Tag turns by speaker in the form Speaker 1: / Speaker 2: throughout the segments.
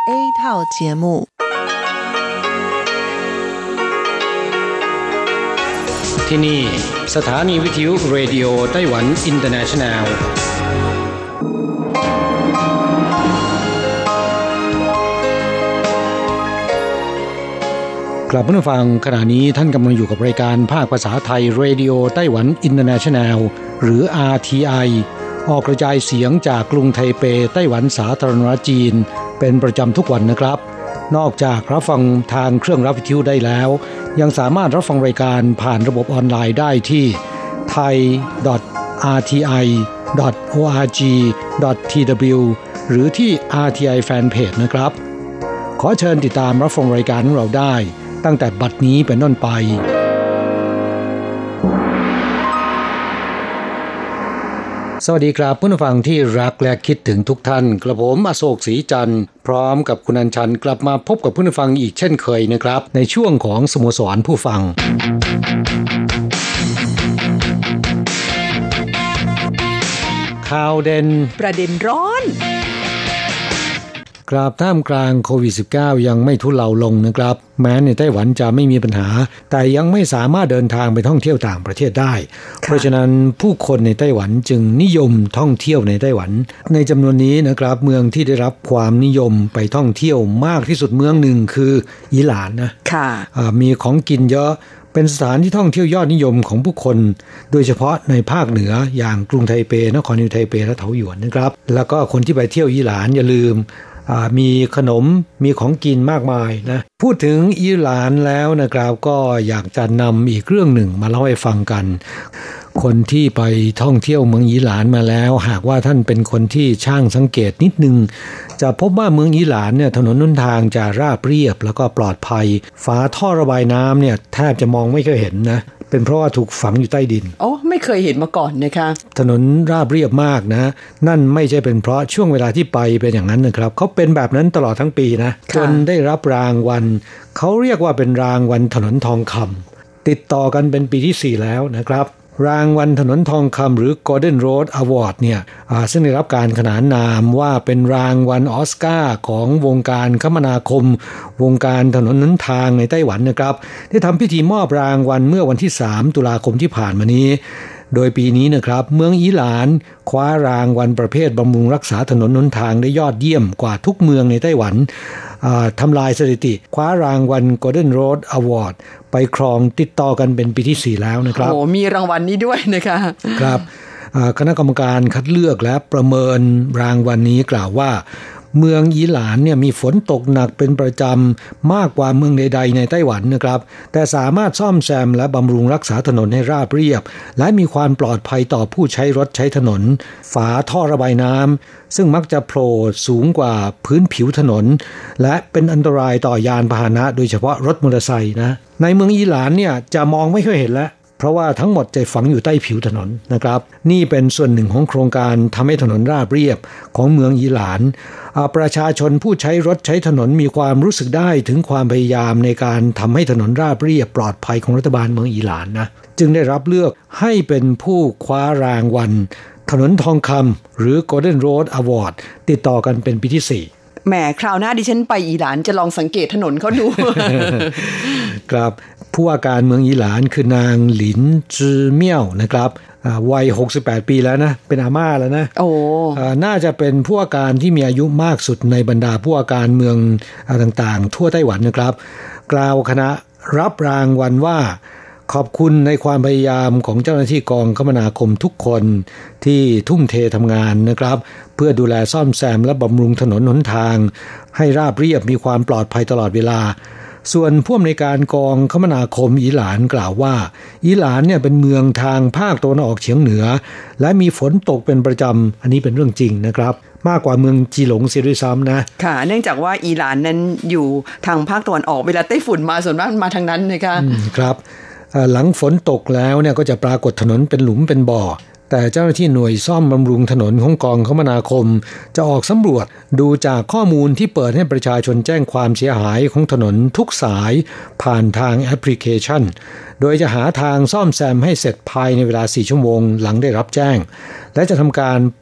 Speaker 1: A 套节目
Speaker 2: ที่นี่สถานีวิทยุเรดิโอไต้หวันอินเตอร์เนชั่นแนลกลับมาฟังขณะนี้ท่านกำลังอยู่กับรายการภาคภาษาไทยเรดิโอไต้หวันอินเตอร์เนชั่นแนลหรือ RTI ออกกระจายเสียงจากกรุงไทเปไต้หวันสาธารณรัฐจีนเป็นประจำทุกวันนะครับนอกจากรับฟังทางเครื่องรับวิทยุได้แล้วยังสามารถรับฟังรายการผ่านระบบออนไลน์ได้ที่ thai.rti.org.tw หรือที่ RTI Fanpage นะครับขอเชิญติดตามรับฟังรายการของเราได้ตั้งแต่บัดนี้เป็นต้นไปสวัสดีครับผู้ฟังที่รักและคิดถึงทุกท่านกระผมอโศกศรีจันทร์พร้อมกับคุณอัญชันกลับมาพบกับผู้ฟังอีกเช่นเคยนะครับในช่วงของสโมสรผู้ฟังข่าวเด่น
Speaker 1: ประเด็นร้อน
Speaker 2: กราบท่ามกลางโควิด -19 ยังไม่ทุเลาลงนะครับแม้ในไต้หวันจะไม่มีปัญหาแต่ยังไม่สามารถเดินทางไปท่องเที่ยวต่างประเทศได้เพราะฉะนั้นผู้คนในไต้หวันจึงนิยมท่องเที่ยวในไต้หวันในจำนวนนี้นะครับเมืองที่ได้รับความนิยมไปท่องเที่ยวมากที่สุดเมืองหนึ่งคืออีหลานนะ
Speaker 1: ค่ะ
Speaker 2: มีของกินเยอะเป็นสถานที่ท่องเที่ยวยอดนิยมของผู้คนโดยเฉพาะในภาคเหนืออย่างกรุงไทเปนครนิวไทเปและเถาหยวนนะครับแล้วก็คนที่ไปเที่ยวอีหลานอย่าลืมมีขนมมีของกินมากมายนะพูดถึงอีหลานแล้วนะครับก็อยากจะนำอีกเรื่องหนึ่งมาเล่าให้ฟังกันคนที่ไปท่องเที่ยวเมืองอีหลานมาแล้วหากว่าท่านเป็นคนที่ช่างสังเกตนิดนึงจะพบว่าเมืองอีหลานเนี่ยถนนหนทางจะราบเรียบแล้วก็ปลอดภัยฝาท่อระบายน้ำเนี่ยแทบจะมองไม่เคยเห็นนะเป็นเพราะว่าถูกฝังอยู่ใต้ดิน
Speaker 1: ไม่เคยเห็นมาก่อนนะคะ
Speaker 2: ถนนราบเรียบมากนะนั่นไม่ใช่เป็นเพราะช่วงเวลาที่ไปเป็นอย่างนั้นนะครับเขาเป็นแบบนั้นตลอดทั้งปีนะจนได้รับรางวัลเขาเรียกว่าเป็นรางวัลถนนทองคำติดต่อกันเป็นปีที่4แล้วนะครับรางวัลถนนทองคำหรือ Golden Road Award เนี่ยซึ่งได้รับการขนานนามว่าเป็นรางวัลออสการ์ของวงการคมนาคมวงการถนนหนทางในไต้หวันนะครับได้ทำพิธีมอบรางวัลเมื่อวันที่3ตุลาคมที่ผ่านมานี้โดยปีนี้นะครับเมืองอีหลานคว้ารางวัลประเภทบำรุงรักษาถนนหนทางได้ยอดเยี่ยมกว่าทุกเมืองในไต้หวันทำลายสถิติคว้ารางวัล Golden Road Award ไปครองติดต่อกันเป็นปีที่4แล้วนะครับ
Speaker 1: มีรางวัลนี้ด้วยนะคะ
Speaker 2: ครับคณะกรรมการคัดเลือกและประเมินรางวัลนี้กล่าวว่าเมืองอีหลานเนี่ยมีฝนตกหนักเป็นประจำมากกว่าเมืองใดๆในไต้หวันนะครับแต่สามารถซ่อมแซมและบำรุงรักษาถนนให้ราบเรียบและมีความปลอดภัยต่อผู้ใช้รถใช้ถนนฝาท่อระบายน้ำซึ่งมักจะโผล่สูงกว่าพื้นผิวถนนและเป็นอันตรายต่อยานพาหนะโดยเฉพาะรถมอเตอร์ไซค์นะในเมืองอีหลานเนี่ยจะมองไม่ค่อยเห็นแล้วเพราะว่าทั้งหมดจะฝังอยู่ใต้ผิวถนนนะครับนี่เป็นส่วนหนึ่งของโครงการทำให้ถนนราบเรียบของเมืองอีหลานประชาชนผู้ใช้รถใช้ถนนมีความรู้สึกได้ถึงความพยายามในการทำให้ถนนราบเรียบปลอดภัยของรัฐบาลเมืองอีหลานนะจึงได้รับเลือกให้เป็นผู้คว้ารางวัลถนนทองคำหรือ Golden Road Award ติดต่อกันเป็นปีที่4
Speaker 1: แหมคราวหน้าดิฉันไปอีหลานจะลองสังเกตถนนเขาดู
Speaker 2: ครับผู้ว่าการเมืองอีหลานคือนางหลินจือเมี่ยวนะครับวัย68ปีแล้วนะเป็นอาม่าแล้วนะน่าจะเป็นผู้ว่าการที่มีอายุมากสุดในบรรดาผู้ว่าการเมืองต่างๆทั่วไต้หวันนะครับกล่าวคณะรับรางวัลว่าขอบคุณในความพยายามของเจ้าหน้าที่กองคมนาคมทุกคนที่ทุ่มเททำงานนะครับเพื่อดูแลซ่อมแซมและบำรุงถนนหนทางให้ราบเรียบมีความปลอดภัยตลอดเวลาส่วนผู้อำนวยการกองคมนาคมอีหลานกล่าวว่าอีหลานเนี่ยเป็นเมืองทางภาคตะวันออกเฉียงเหนือและมีฝนตกเป็นประจำอันนี้เป็นเรื่องจริงนะครับมากกว่าเมืองจีหลงเสียด้วยซ้ำนะ
Speaker 1: ค่ะเนื่องจากว่าอีหลานนั้นอยู่ทางภาคตะวันออกเวลาไต้ฝุ่นมาส่วนมากมาทางนั้นนะคะ
Speaker 2: ครับหลังฝนตกแล้วเนี่ยก็จะปรากฏถนนเป็นหลุมเป็นบ่อแต่เจ้าหน้าที่หน่วยซ่อมบำรุงถนนของกองคมนาคมจะออกสำรวจดูจากข้อมูลที่เปิดให้ประชาชนแจ้งความเสียหายของถนนทุกสายผ่านทางแอปพลิเคชันโดยจะหาทางซ่อมแซมให้เสร็จภายในเวลา4 ชั่วโมงหลังได้รับแจ้งและจะทำการปรับ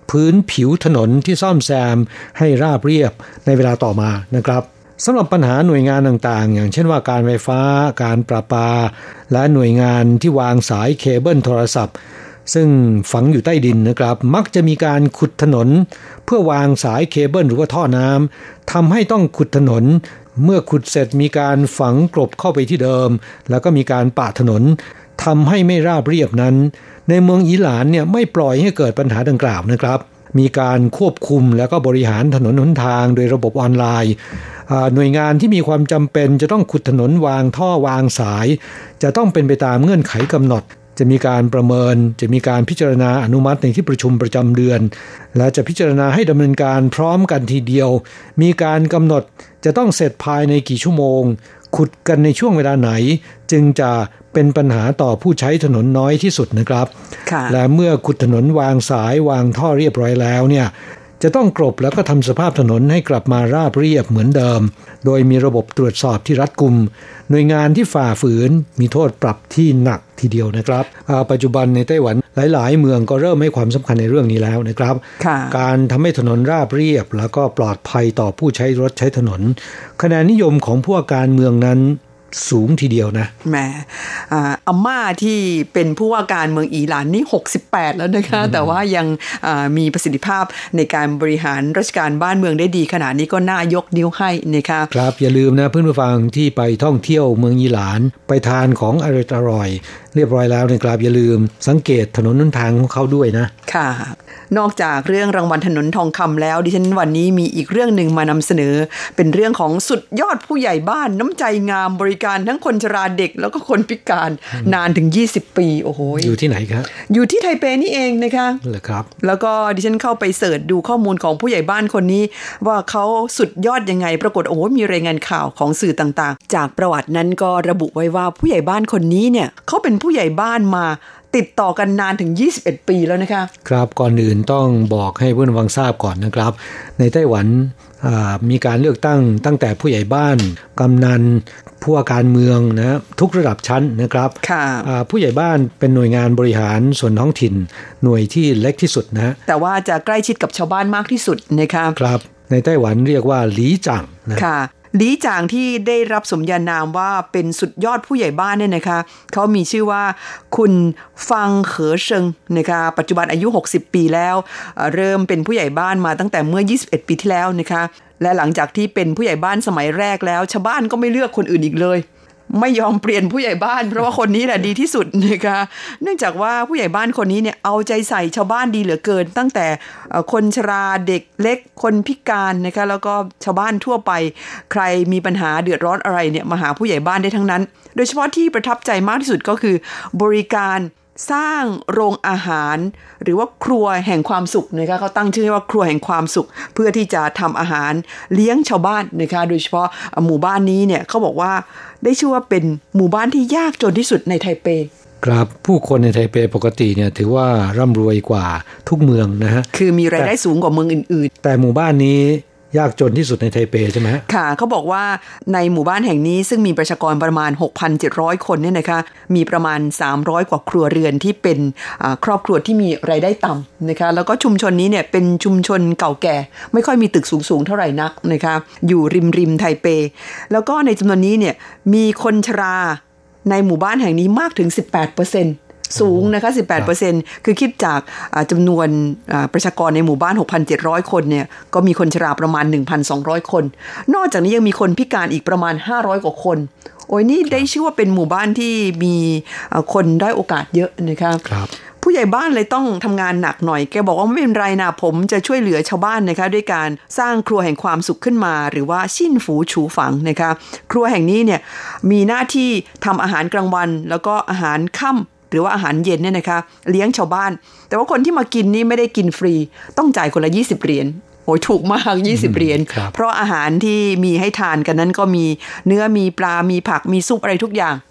Speaker 2: พื้นผิวถนนที่ซ่อมแซมให้ราบเรียบในเวลาต่อมานะครับสำหรับปัญหาหน่วยงานต่างๆอย่างเช่นว่าการไฟฟ้าการประปาและหน่วยงานที่วางสายเคเบิลโทรศัพท์ซึ่งฝังอยู่ใต้ดินนะครับมักจะมีการขุดถนนเพื่อวางสายเคเบิลหรือว่าท่อน้ำทำให้ต้องขุดถนนเมื่อขุดเสร็จมีการฝังกลบเข้าไปที่เดิมแล้วก็มีการปะถนนทำให้ไม่ราบเรียบนั้นในเมืองอิหร่านเนี่ยไม่ปล่อยให้เกิดปัญหาดังกล่าวนะครับมีการควบคุมแล้วก็บริหารถนนหนทางโดยระบบออนไลน์หน่วยงานที่มีความจำเป็นจะต้องขุดถนนวางท่อวางสายจะต้องเป็นไปตามเงื่อนไขกำหนดจะมีการประเมินจะมีการพิจารณาอนุมัติในที่ประชุมประจำเดือนและจะพิจารณาให้ดำเนินการพร้อมกันทีเดียวมีการกำหนดจะต้องเสร็จภายในกี่ชั่วโมงขุดกันในช่วงเวลาไหนจึงจะเป็นปัญหาต่อผู้ใช้ถนนน้อยที่สุดนะครับและเมื่อขุดถนนวางสายวางท่อเรียบร้อยแล้วเนี่ยจะต้องกลบแล้วก็ทำสภาพถนนให้กลับมาราบเรียบเหมือนเดิมโดยมีระบบตรวจสอบที่รัดกุมหน่วยงานที่ฝ่าฝืนมีโทษปรับที่หนักทีเดียวนะครับปัจจุบันในไต้หวันหลายๆเมืองก็เริ่มให้ความสำคัญในเรื่องนี้แล้วนะครับการทำให้ถนนราบเรียบแล้วก็ปลอดภัยต่อผู้ใช้รถใช้ถนนคะแนนนิยมของพวกการเมืองนั้นสูงทีเดียวนะ
Speaker 1: แหมอาม่าที่เป็นผู้ว่าการเมืองอิหร่านนี่68แล้วนะคะแต่ว่ายังมีประสิทธิภาพในการบริหารราชการบ้านเมืองได้ดีขนาดนี้ก็น่ายกนิ้วให้นะคะ
Speaker 2: ครับอย่าลืมนะเพื่อนผู้ฟังที่ไปท่องเที่ยวเมืองอิหร่านไปทานของอร่อยเรียบร้อยแล้วนะครับอย่าลืมสังเกตถนนหนทางของเขาด้วยนะ
Speaker 1: ค่ะนอกจากเรื่องรางวัลถนนทองคำแล้วดิฉันวันนี้มีอีกเรื่องหนึ่งมานำเสนอเป็นเรื่องของสุดยอดผู้ใหญ่บ้านน้ำใจงามบริการทั้งคนชราเด็กแล้วก็คนพิการนานถึง20ปีโอ้โห
Speaker 2: อยู่ที่ไหนครับ
Speaker 1: อยู่ที่ไทเปนี่เองนะคะ
Speaker 2: เหรอครับ
Speaker 1: แล้วก็ดิฉันเข้าไปเสิร์ชดูข้อมูลของผู้ใหญ่บ้านคนนี้ว่าเขาสุดยอดยังไงปรากฏโอ้โหมีรายงานข่าวของสื่อต่างๆจากประวัตินั้นก็ระบุไว้ว่าผู้ใหญ่บ้านคนนี้เนี่ยเขาเป็นผู้ใหญ่บ้านมาติดต่อกันนานถึง21ปีแล้วนะคะ
Speaker 2: ครับก่อนอื่นต้องบอกให้เพื่อนฟังทราบก่อนนะครับในไต้หวันมีการเลือกตั้งแต่ผู้ใหญ่บ้านกำนันผู้ว่าการเมืองนะทุกระดับชั้นนะครับผู้ใหญ่บ้านเป็นหน่วยงานบริหารส่วนท้องถิ่นหน่วยที่เล็กที่สุดนะ
Speaker 1: แต่ว่าจะใกล้ชิดกับชาวบ้านมากที่สุดนะคะ
Speaker 2: ครับในไต้หวันเรียกว่าหลีจ่างนะ
Speaker 1: ค่ะหลีจ่างที่ได้รับสมญานามว่าเป็นสุดยอดผู้ใหญ่บ้านเนี่ยนะคะเขามีชื่อว่าคุณฟังเขอเซิงนะคะปัจจุบันอายุ60ปีแล้วเริ่มเป็นผู้ใหญ่บ้านมาตั้งแต่เมื่อ21ปีที่แล้วนะคะและหลังจากที่เป็นผู้ใหญ่บ้านสมัยแรกแล้วชาวบ้านก็ไม่เลือกคนอื่นอีกเลยไม่ยอมเปลี่ยนผู้ใหญ่บ้านเพราะว่าคนนี้แหละดีที่สุดนะคะเนื่องจากว่าผู้ใหญ่บ้านคนนี้เนี่ยเอาใจใส่ชาวบ้านดีเหลือเกินตั้งแต่คนชราเด็กเล็กคนพิการนะคะแล้วก็ชาวบ้านทั่วไปใครมีปัญหาเดือดร้อนอะไรเนี่ยมาหาผู้ใหญ่บ้านได้ทั้งนั้นโดยเฉพาะที่ประทับใจมากที่สุดก็คือบริการสร้างโรงอาหารหรือว่าครัวแห่งความสุขนะคะเขาตั้งชื่อว่าครัวแห่งความสุขเพื่อที่จะทำอาหารเลี้ยงชาวบ้านนะคะโดยเฉพาะหมู่บ้านนี้เนี่ยเขาบอกว่าได้ชื่อว่าเป็นหมู่บ้านที่ยากจนที่สุดในไทเป
Speaker 2: ครับผู้คนในไทเปปกติเนี่ยถือว่าร่ำรวยกว่าทุกเมืองนะฮะ
Speaker 1: คือมีรายได้สูงกว่าเมืองอื่น
Speaker 2: ๆแต่หมู่บ้านนี้ยากจนที่สุดในไทเปใช่ไหม
Speaker 1: ค่ะเขาบอกว่าในหมู่บ้านแห่งนี้ซึ่งมีประชากรประมาณ 6,700 คนเนี่ยนะคะมีประมาณ300กว่าครัวเรือนที่เป็นครอบครัวที่มีรายได้ต่ำนะคะแล้วก็ชุมชนนี้เนี่ยเป็นชุมชนเก่าแก่ไม่ค่อยมีตึกสูงๆเท่าไหร่นักนะคะอยู่ริมไทเปแล้วก็ในจำนวนนี้เนี่ยมีคนชราในหมู่บ้านแห่งนี้มากถึง 18%สูงนะคะ 18% คือคิดจากจำนวนประชากรในหมู่บ้าน 6,700 คนเนี่ยก็มีคนชราประมาณ 1,200 คนนอกจากนี้ยังมีคนพิการอีกประมาณ500กว่าคนโอ้ยนี่ได้ชื่อว่าเป็นหมู่บ้านที่มีคนได้โอกาสเยอะนะคะผู้ใหญ่บ้านเลยต้องทำงานหนักหน่อยแกบอกว่าไม่เป็นไรนะผมจะช่วยเหลือชาวบ้านนะคะด้วยการสร้างครัวแห่งความสุขขึ้นมาหรือว่าชิ่นฝูฉูฝังนะคะครัวแห่งนี้เนี่ยมีหน้าที่ทำอาหารกลางวันแล้วก็อาหารค่ำหรือว่าอาหารเย็นเนี่ยนะคะเลี้ยงชาวบ้านแต่ว่าคนที่มากินนี่ไม่ได้กินฟรีต้องจ่ายคนละ20เหรียญโอ้ยถูกมาก20เหรียญเพราะอาหารที่มีให้ทานกันนั้นก็มีเนื้อมีปลามีผักมีซุปอะไรทุกอย่าง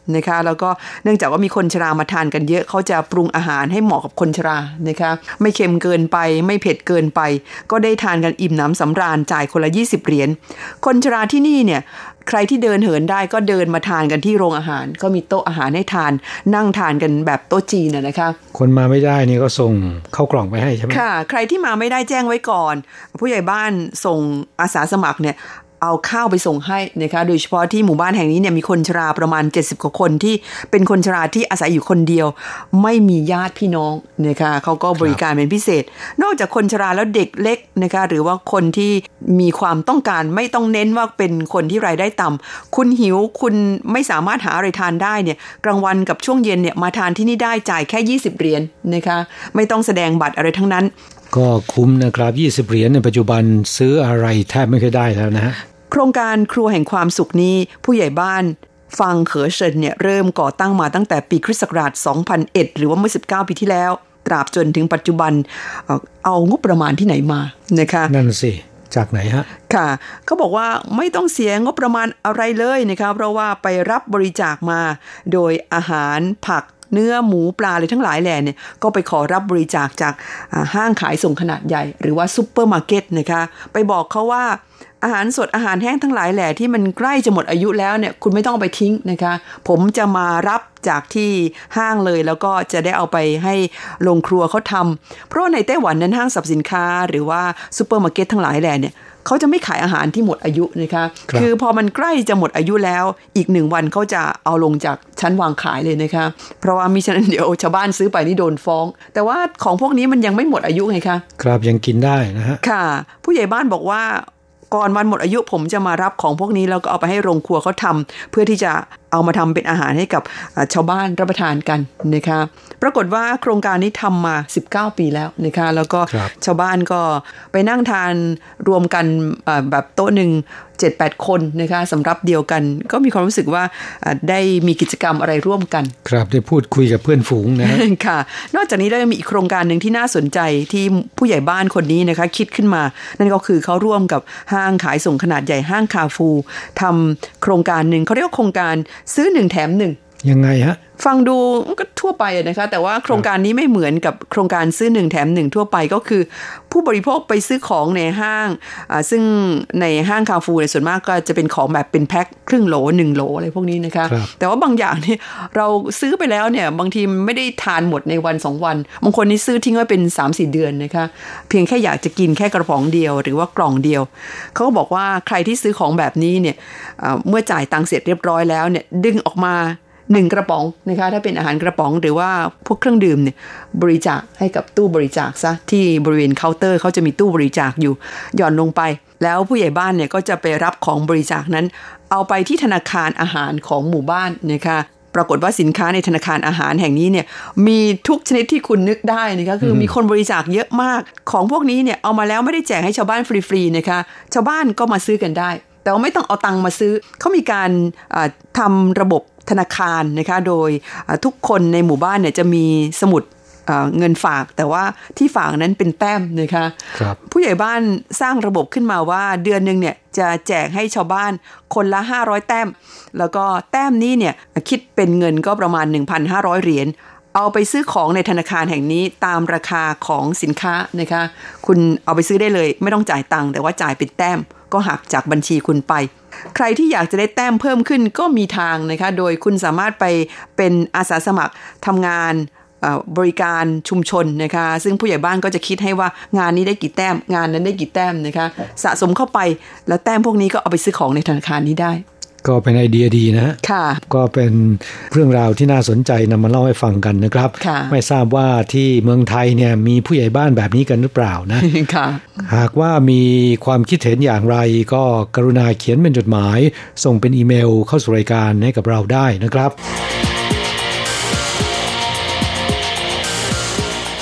Speaker 1: นะคะแล้วก็เนื่องจากว่ามีคนชรามาทานกันเยอะเขาจะปรุงอาหารให้เหมาะกับคนชรานะคะไม่เค็มเกินไปไม่เผ็ดเกินไปก็ได้ทานกันอิ่มหนำสำราญจ่ายคนละ20 เหรียญคนชราที่นี่เนี่ยใครที่เดินเหินได้ก็เดินมาทานกันที่โรงอาหารก็มีโต๊ะอาหารให้ทานนั่งทานกันแบบโต๊ะจีนนะคะ
Speaker 2: คนมาไม่ได้นี่ก็ส่งเข้ากล่องไปให้ใช่ไหม
Speaker 1: ค่ะใครที่มาไม่ได้แจ้งไว้ก่อนผู้ใหญ่บ้านส่งอาสาสมัครเนี่ยเอาข้าวไปส่งให้นะคะโดยเฉพาะที่หมู่บ้านแห่งนี้เนี่ยมีคนชราประมาณ70กว่าคนที่เป็นคนชราที่อาศัยอยู่คนเดียวไม่มีญาติพี่น้องนะคะเขาก็บริการเป็นพิเศษนอกจากคนชราแล้วเด็กเล็กนะคะหรือว่าคนที่มีความต้องการไม่ต้องเน้นว่าเป็นคนที่รายได้ต่ำคุณหิวคุณไม่สามารถหาอะไรทานได้เนี่ยกลางวันกับช่วงเย็นเนี่ยมาทานที่นี่ได้จ่ายแค่20 เหรียญนะคะไม่ต้องแสดงบัตรอะไรทั้งนั้น
Speaker 2: ก็คุ้มนะครับ20 เหรียญในปัจจุบันซื้ออะไรแทบไม่ค่อยได้แล้วนะ
Speaker 1: โครงการครัวแห่งความสุขนี้ผู้ใหญ่บ้านฟังเขอเซินเนี่ยเริ่มก่อตั้งมาตั้งแต่ปีคริสต์ศักราช 2001 หรือว่าเมื่อ19 ปีที่แล้วตราบจนถึงปัจจุบันเอางบประมาณที่ไหนมานะคะ
Speaker 2: นั่นสิจากไหนฮะ
Speaker 1: ค่ะเขาบอกว่าไม่ต้องเสียงบประมาณอะไรเลยนะคะเพราะว่าไปรับบริจาคมาโดยอาหารผักเนื้อหมูปลาอะไรทั้งหลายแหล่เนี่ยก็ไปขอรับบริจาคจากห้างขายส่งขนาดใหญ่หรือว่าซุปเปอร์มาร์เก็ตนะคะไปบอกเขาว่าอาหารสดอาหารแห้งทั้งหลายแหล่ที่มันใกล้จะหมดอายุแล้วเนี่ยคุณไม่ต้องเอาไปทิ้งนะคะผมจะมารับจากที่ห้างเลยแล้วก็จะได้เอาไปให้โรงครัวเขาทำเพราะในไต้หวันนั้นห้างสรรพสินค้าหรือว่าซุปเปอร์มาร์เก็ตทั้งหลายแหล่เนี่ยเขาจะไม่ขายอาหารที่หมดอายุนะคะคือพอมันใกล้จะหมดอายุแล้วอีก1 วันเขาจะเอาลงจากชั้นวางขายเลยนะคะเพราะว่ามิฉะนั้นเดี๋ยวชาวบ้านซื้อไปนี่โดนฟ้องแต่ว่าของพวกนี้มันยังไม่หมดอายุไงคะ
Speaker 2: ครับยังกินได้นะฮะ
Speaker 1: ค่ะผู้ใหญ่บ้านบอกว่าก่อนวันหมดอายุผมจะมารับของพวกนี้แล้วก็เอาไปให้โรงครัวเขาทำเพื่อที่จะเอามาทำเป็นอาหารให้กับชาวบ้านรับประทานกันนะคะปรากฏว่าโครงการนี้ทำมา19 ปีแล้วนะคะแล้วก็ชาวบ้านก็ไปนั่งทานรวมกันแบบโต๊ะหนึ่ง 7-8 คนนะคะสำหรับเดียวกันก็มีความรู้สึกว่าได้มีกิจกรรมอะไรร่วมกัน
Speaker 2: ครับได้พูดคุยกับเพื่อนฝูงนะ
Speaker 1: ค่ะนอกจากนี้แล้วยังมีอีกโครงการหนึ่งที่น่าสนใจที่ผู้ใหญ่บ้านคนนี้นะคะคิดขึ้นมานั่นก็คือเขาร่วมกับห้างขายส่งขนาดใหญ่ห้างคาฟูทำโครงการหนึ่งเขาเรียกว่าโครงการซื้อ1แถม1
Speaker 2: ยังไงฮะ
Speaker 1: ฟังดูก็ทั่วไปนะคะแต่ว่าโครงการนี้ไม่เหมือนกับโครงการซื้อ1แถม1ทั่วไปก็คือผู้บริโภคไปซื้อของในห้างซึ่งในห้างคาฟูในส่วนมากก็จะเป็นของแบบเป็นแพ็คครึ่งโหล1โหลอะไรพวกนี้นะคะแต่ว่าบางอย่างนี่เราซื้อไปแล้วเนี่ยบางทีไม่ได้ทานหมดในวัน2 วันบางคนนี่ซื้อทิ้งไว้เป็น 3-4 เดือนนะคะเพียงแค่อยากจะกินแค่กระป๋องเดียวหรือว่ากล่องเดียวเขาก็บอกว่าใครที่ซื้อของแบบนี้เนี่ยเมื่อจ่ายตังค์เสร็จเรียบร้อยแล้วเนี่ยดึงออกมา1กระป๋องนะคะถ้าเป็นอาหารกระป๋องหรือว่าพวกเครื่องดื่มเนี่ยบริจาคให้กับตู้บริจาคซะที่บริเวณเคาน์เตอร์เขาจะมีตู้บริจาคอยู่หย่อนลงไปแล้วผู้ใหญ่บ้านเนี่ยก็จะไปรับของบริจาคนั้นเอาไปที่ธนาคารอาหารของหมู่บ้านนะคะปรากฏว่าสินค้าในธนาคารอาหารแห่งนี้เนี่ยมีทุกชนิดที่คุณนึกได้นะคะคือมีคนบริจาคเยอะมากของพวกนี้เนี่ยเอามาแล้วไม่ได้แจกให้ชาวบ้านฟรีๆนะคะชาวบ้านก็มาซื้อกันได้แต่ว่าไม่ต้องเอาตังค์มาซื้อเขามีการทำระบบธนาคารนะคะโดยทุกคนในหมู่บ้านเนี่ยจะมีสมุดเงินฝากแต่ว่าที่ฝากนั้นเป็นแต้มนะคะผู้ใหญ่บ้านสร้างระบบขึ้นมาว่าเดือนนึงเนี่ยจะแจกให้ชาวบ้านคนละ500แต้มแล้วก็แต้มนี้เนี่ยคิดเป็นเงินก็ประมาณ 1,500 เหรียญเอาไปซื้อของในธนาคารแห่งนี้ตามราคาของสินค้านะคะคุณเอาไปซื้อได้เลยไม่ต้องจ่ายตังค์แต่ว่าจ่ายเป็นแต้มก็หักจากบัญชีคุณไปใครที่อยากจะได้แต้มเพิ่มขึ้นก็มีทางนะคะโดยคุณสามารถไปเป็นอาสาสมัครทำงานบริการชุมชนนะคะซึ่งผู้ใหญ่บ้านก็จะคิดให้ว่างานนี้ได้กี่แต้มงานนั้นได้กี่แต้มนะคะสะสมเข้าไปแล้วแต้มพวกนี้ก็เอาไปซื้อของในธนาคารนี้ได้
Speaker 2: ก็เป็นไอเดียดีนะ
Speaker 1: ค่ะ
Speaker 2: ก็เป็นเรื่องราวที่น่าสนใจนำมาเล่าให้ฟังกันนะครับไม่ทราบว่าที่เมืองไทยเนี่ยมีผู้ใหญ่บ้านแบบนี้กันหรือเปล่านะ
Speaker 1: ค่ะ
Speaker 2: หากว่ามีความคิดเห็นอย่างไรก็กรุณาเขียนเป็นจดหมายส่งเป็นอีเมลเข้าสู่รายการให้กับเราได้นะครับ
Speaker 1: คณะกร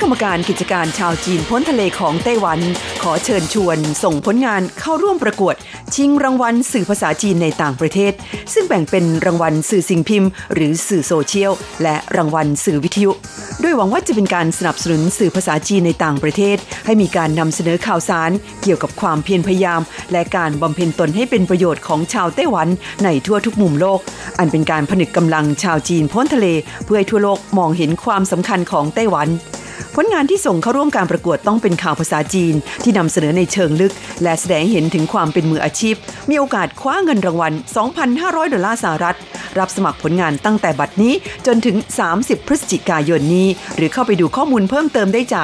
Speaker 1: รรมการกิจการชาวจีนพ้นทะเลของไต้หวันขอเชิญชวนส่งผลงานเข้าร่วมประกวดชิงรางวัลสื่อภาษาจีนในต่างประเทศซึ่งแบ่งเป็นรางวัลสื่อสิ่งพิมพ์หรือสื่อโซเชียลและรางวัลสื่อวิทยุโดยหวังว่าจะเป็นการสนับสนุนสื่อภาษาจีนในต่างประเทศให้มีการนำเสนอข่าวสารเกี่ยวกับความเพียรพยายามและการบำเพ็ญตนให้เป็นประโยชน์ของชาวไต้หวันในทั่วทุกมุมโลกอันเป็นการผนึกกำลังชาวจีนพ้นทะเลเพื่อให้ทั่วโลกมองเห็นความสำคัญของไต้หวันผลงานที่ส่งเข้าร่วมการประกวดต้องเป็นข่าวภาษาจีนที่นำเสนอในเชิงลึกและแสดงให้เห็นถึงความเป็นมืออาชีพมีโอกาสคว้าเงินรางวัล $2,500 รับสมัครผลงานตั้งแต่บัดนี้จนถึง30 พฤศจิกายนนี้หรือเข้าไปดูข้อมูลเพิ่มเติมได้จาก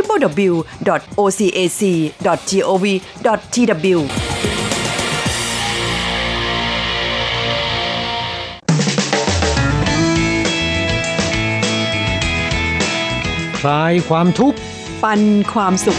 Speaker 1: www.ocac.gov.tw
Speaker 2: คลายความทุกข์
Speaker 1: ปันความสุข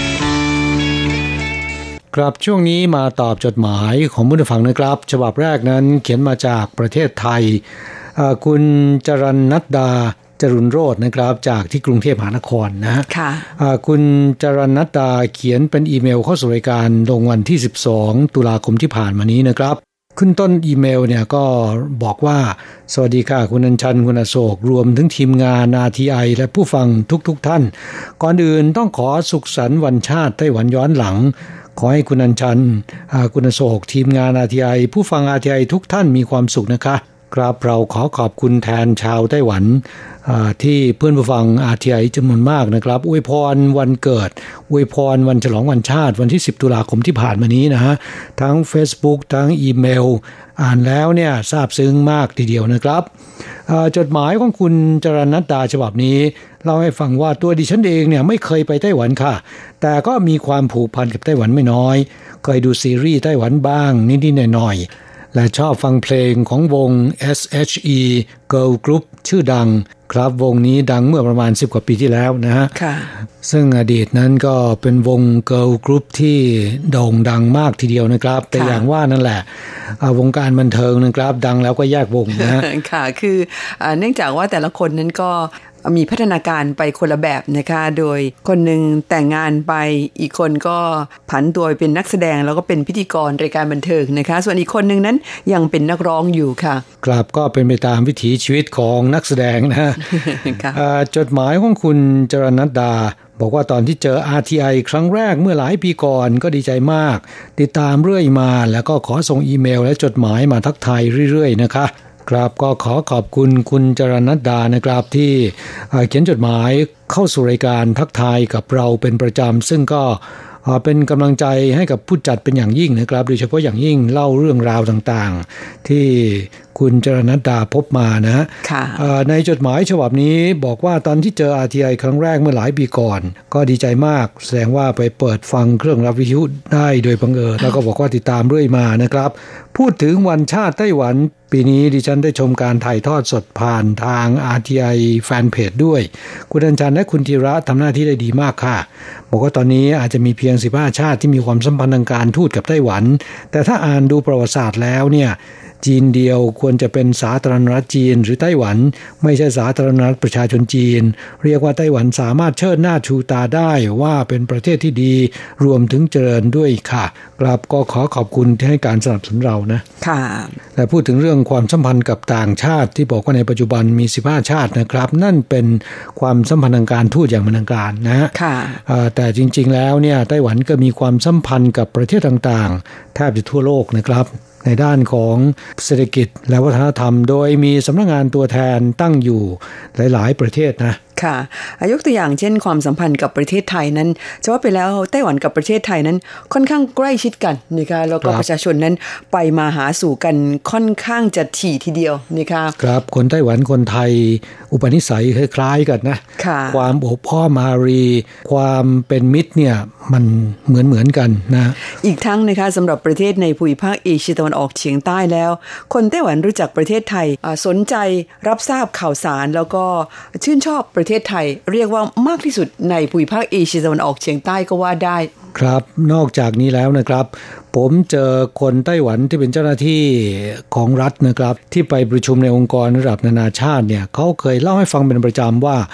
Speaker 2: ครับช่วงนี้มาตอบจดหมายของผู้ฟังนะครับฉบับแรกนั้นเขียนมาจากประเทศไทยคุณจรัญนัดดาจรุนโรจน์นะครับจากที่กรุงเทพมหานครนะฮะคุณจรัญนัดดาเขียนเป็นอีเมลเข้าสู่รายการลงวันที่12ตุลาคมที่ผ่านมานี้นะครับขึ้นต้นอีเมลเนี่ยก็บอกว่าสวัสดีค่ะคุณอัญชันคุณอโศกรวมถึงทีมงาน RTI และผู้ฟังทุกท่านก่อนอื่นต้องขอสุขสันต์วันชาติไต้หวันย้อนหลังขอให้คุณอัญชันคุณอโศกทีมงาน RTI ผู้ฟัง RTI ทุกท่านมีความสุขนะคะครับเราขอขอบคุณแทนชาวไต้หวันที่เพื่อนผู้ฟัง RTI จำนวนมากนะครับอวยพรวันเกิดอวยพรวันฉลองวันชาติวันที่10ตุลาคมที่ผ่านมานี้นะฮะทั้ง Facebook ทั้งอีเมลอ่านแล้วเนี่ยซาบซึ้งมากทีเดียวนะครับจดหมายของคุณจรัญนัดดาฉบับนี้เล่าให้ฟังว่าตัวดิฉันเองเนี่ยไม่เคยไปไต้หวันค่ะแต่ก็มีความผูกพันกับไต้หวันไม่น้อยเคยดูซีรีส์ไต้หวันบ้างนิดๆหน่อยๆและชอบฟังเพลงของวง SHE Girl Group ชื่อดังครับวงนี้ดังเมื่อประมาณ10กว่าปีที่แล้วนะฮะซึ่งอดีตนั้นก็เป็นวง Girl Group ที่โด่งดังมากทีเดียวนะครับแต่อย่างว่านั่นแหละวงการบันเทิงนะครับดังแล้วก็แยกวงนะฮะ
Speaker 1: ค่ะคือเนื่องจากว่าแต่ละคนนั้นก็มีพัฒนาการไปคนละแบบนะคะโดยคนหนึ่งแต่งงานไปอีกคนก็ผันตัวเป็นนักแสดงแล้วก็เป็นพิธีกรรายการบันเทิงนะคะส่วนอีกคนหนึ่งนั้นยังเป็นนักร้องอยู่ค่ะ
Speaker 2: ครับก็เป็นไปตามวิถีชีวิตของนักแสดงนะ จดหมายของคุณจรัญนัดดาบอกว่าตอนที่เจอ RTI ครั้งแรกเมื่อหลายปีก่อนก็ดีใจมากติดตามเรื่อยมาแล้วก็ขอส่งอีเมลและจดหมายมาทักทายเรื่อยๆนะคะครับก็ขอขอบคุณคุณจรัญนัดดานะครับที่เขียนจดหมายเข้าสู่รายการทักทายกับเราเป็นประจำซึ่งก็เป็นกำลังใจให้กับผู้จัดเป็นอย่างยิ่งนะครับโดยเฉพาะอย่างยิ่งเล่าเรื่องราวต่างๆที่คุณจรัญนัดดาพบมานะในจดหมายฉบับนี้บอกว่าตอนที่เจอ RTI ครั้งแรกเมื่อหลายปีก่อนก็ดีใจมากแสดงว่าไปเปิดฟังเครื่องรับวิทยุได้โดยบังเอิญแล้วก็บอกว่าติดตามเรื่อยมานะครับพูดถึงวันชาติไต้หวันปีนี้ดิฉันได้ชมการถ่ายทอดสดผ่านทาง RTI แฟนเพจด้วยคุณอัญชันและคุณธีระทำหน้าที่ได้ดีมากค่ะบอกว่าตอนนี้อาจจะมีเพียง15ชาติที่มีความสัมพันธ์ทางการทูตกับไต้หวันแต่ถ้าอ่านดูประวัติศาสตร์แล้วเนี่ยจีนเดียวควรจะเป็นสาธารณรัฐจีนหรือไต้หวันไม่ใช่สาธารณรัฐประชาชนจีนเรียกว่าไต้หวันสามารถเชิดหน้าชูตาได้ว่าเป็นประเทศที่ดีรวมถึงเจริญด้วยค่ะครับก็ขอขอบคุณที่ให้การสนับสนุนเรานะ
Speaker 1: ค่ะ
Speaker 2: และพูดถึงเรื่องความสัมพันธ์กับต่างชาติที่บอกว่าในปัจจุบันมี15ชาตินะครับนั่นเป็นความสัมพันธ์ทางการทูตอย่างเป็นทางการนะ
Speaker 1: ค่ะ
Speaker 2: แต่จริงๆแล้วเนี่ยไต้หวันก็มีความสัมพันธ์กับประเทศต่างๆแทบจะทั่วโลกนะครับในด้านของเศรษฐกิจและวัฒนธรรมโดยมีสำนักงานตัวแทนตั้งอยู่หลายๆประเทศนะ
Speaker 1: ค่ะยกตัวอย่างเช่นความสัมพันธ์กับประเทศไทยนั้นจะว่าไปแล้วไต้หวันกับประเทศไทยนั้นค่อนข้างใกล้ชิดกันนะคะแล้วก็ประชาชนนั้นไปมาหาสู่กันค่อนข้างจะถี่ทีเดียวนะคะ
Speaker 2: ครับคนไต้หวันคนไทยอุปนิสัยคล้ายๆกันนะความโอบอ้อมอารีความเป็นมิตรเนี่ยมันเหมือนกันนะ
Speaker 1: อีกทั้งนะคะสำหรับประเทศในภูมิภาคเอเชียตะวันออกเฉียงใต้แล้วคนไต้หวันรู้จักประเทศไทยสนใจรับทราบข่าวสารแล้วก็ชื่นชอบประเทศไทยเรียกว่ามากที่สุดในภูมิภาคเอเชียตะวันออกเฉียงใต้ก็ว่าได้
Speaker 2: ครับนอกจากนี้แล้วนะครับผมเจอคนไต้หวันที่เป็นเจ้าหน้าที่ของรัฐนะครับที่ไปประชุมในองค์กรระดับนานาชาติเนี่ยเขาเคยเล่าให้ฟังเป็นประจำว่า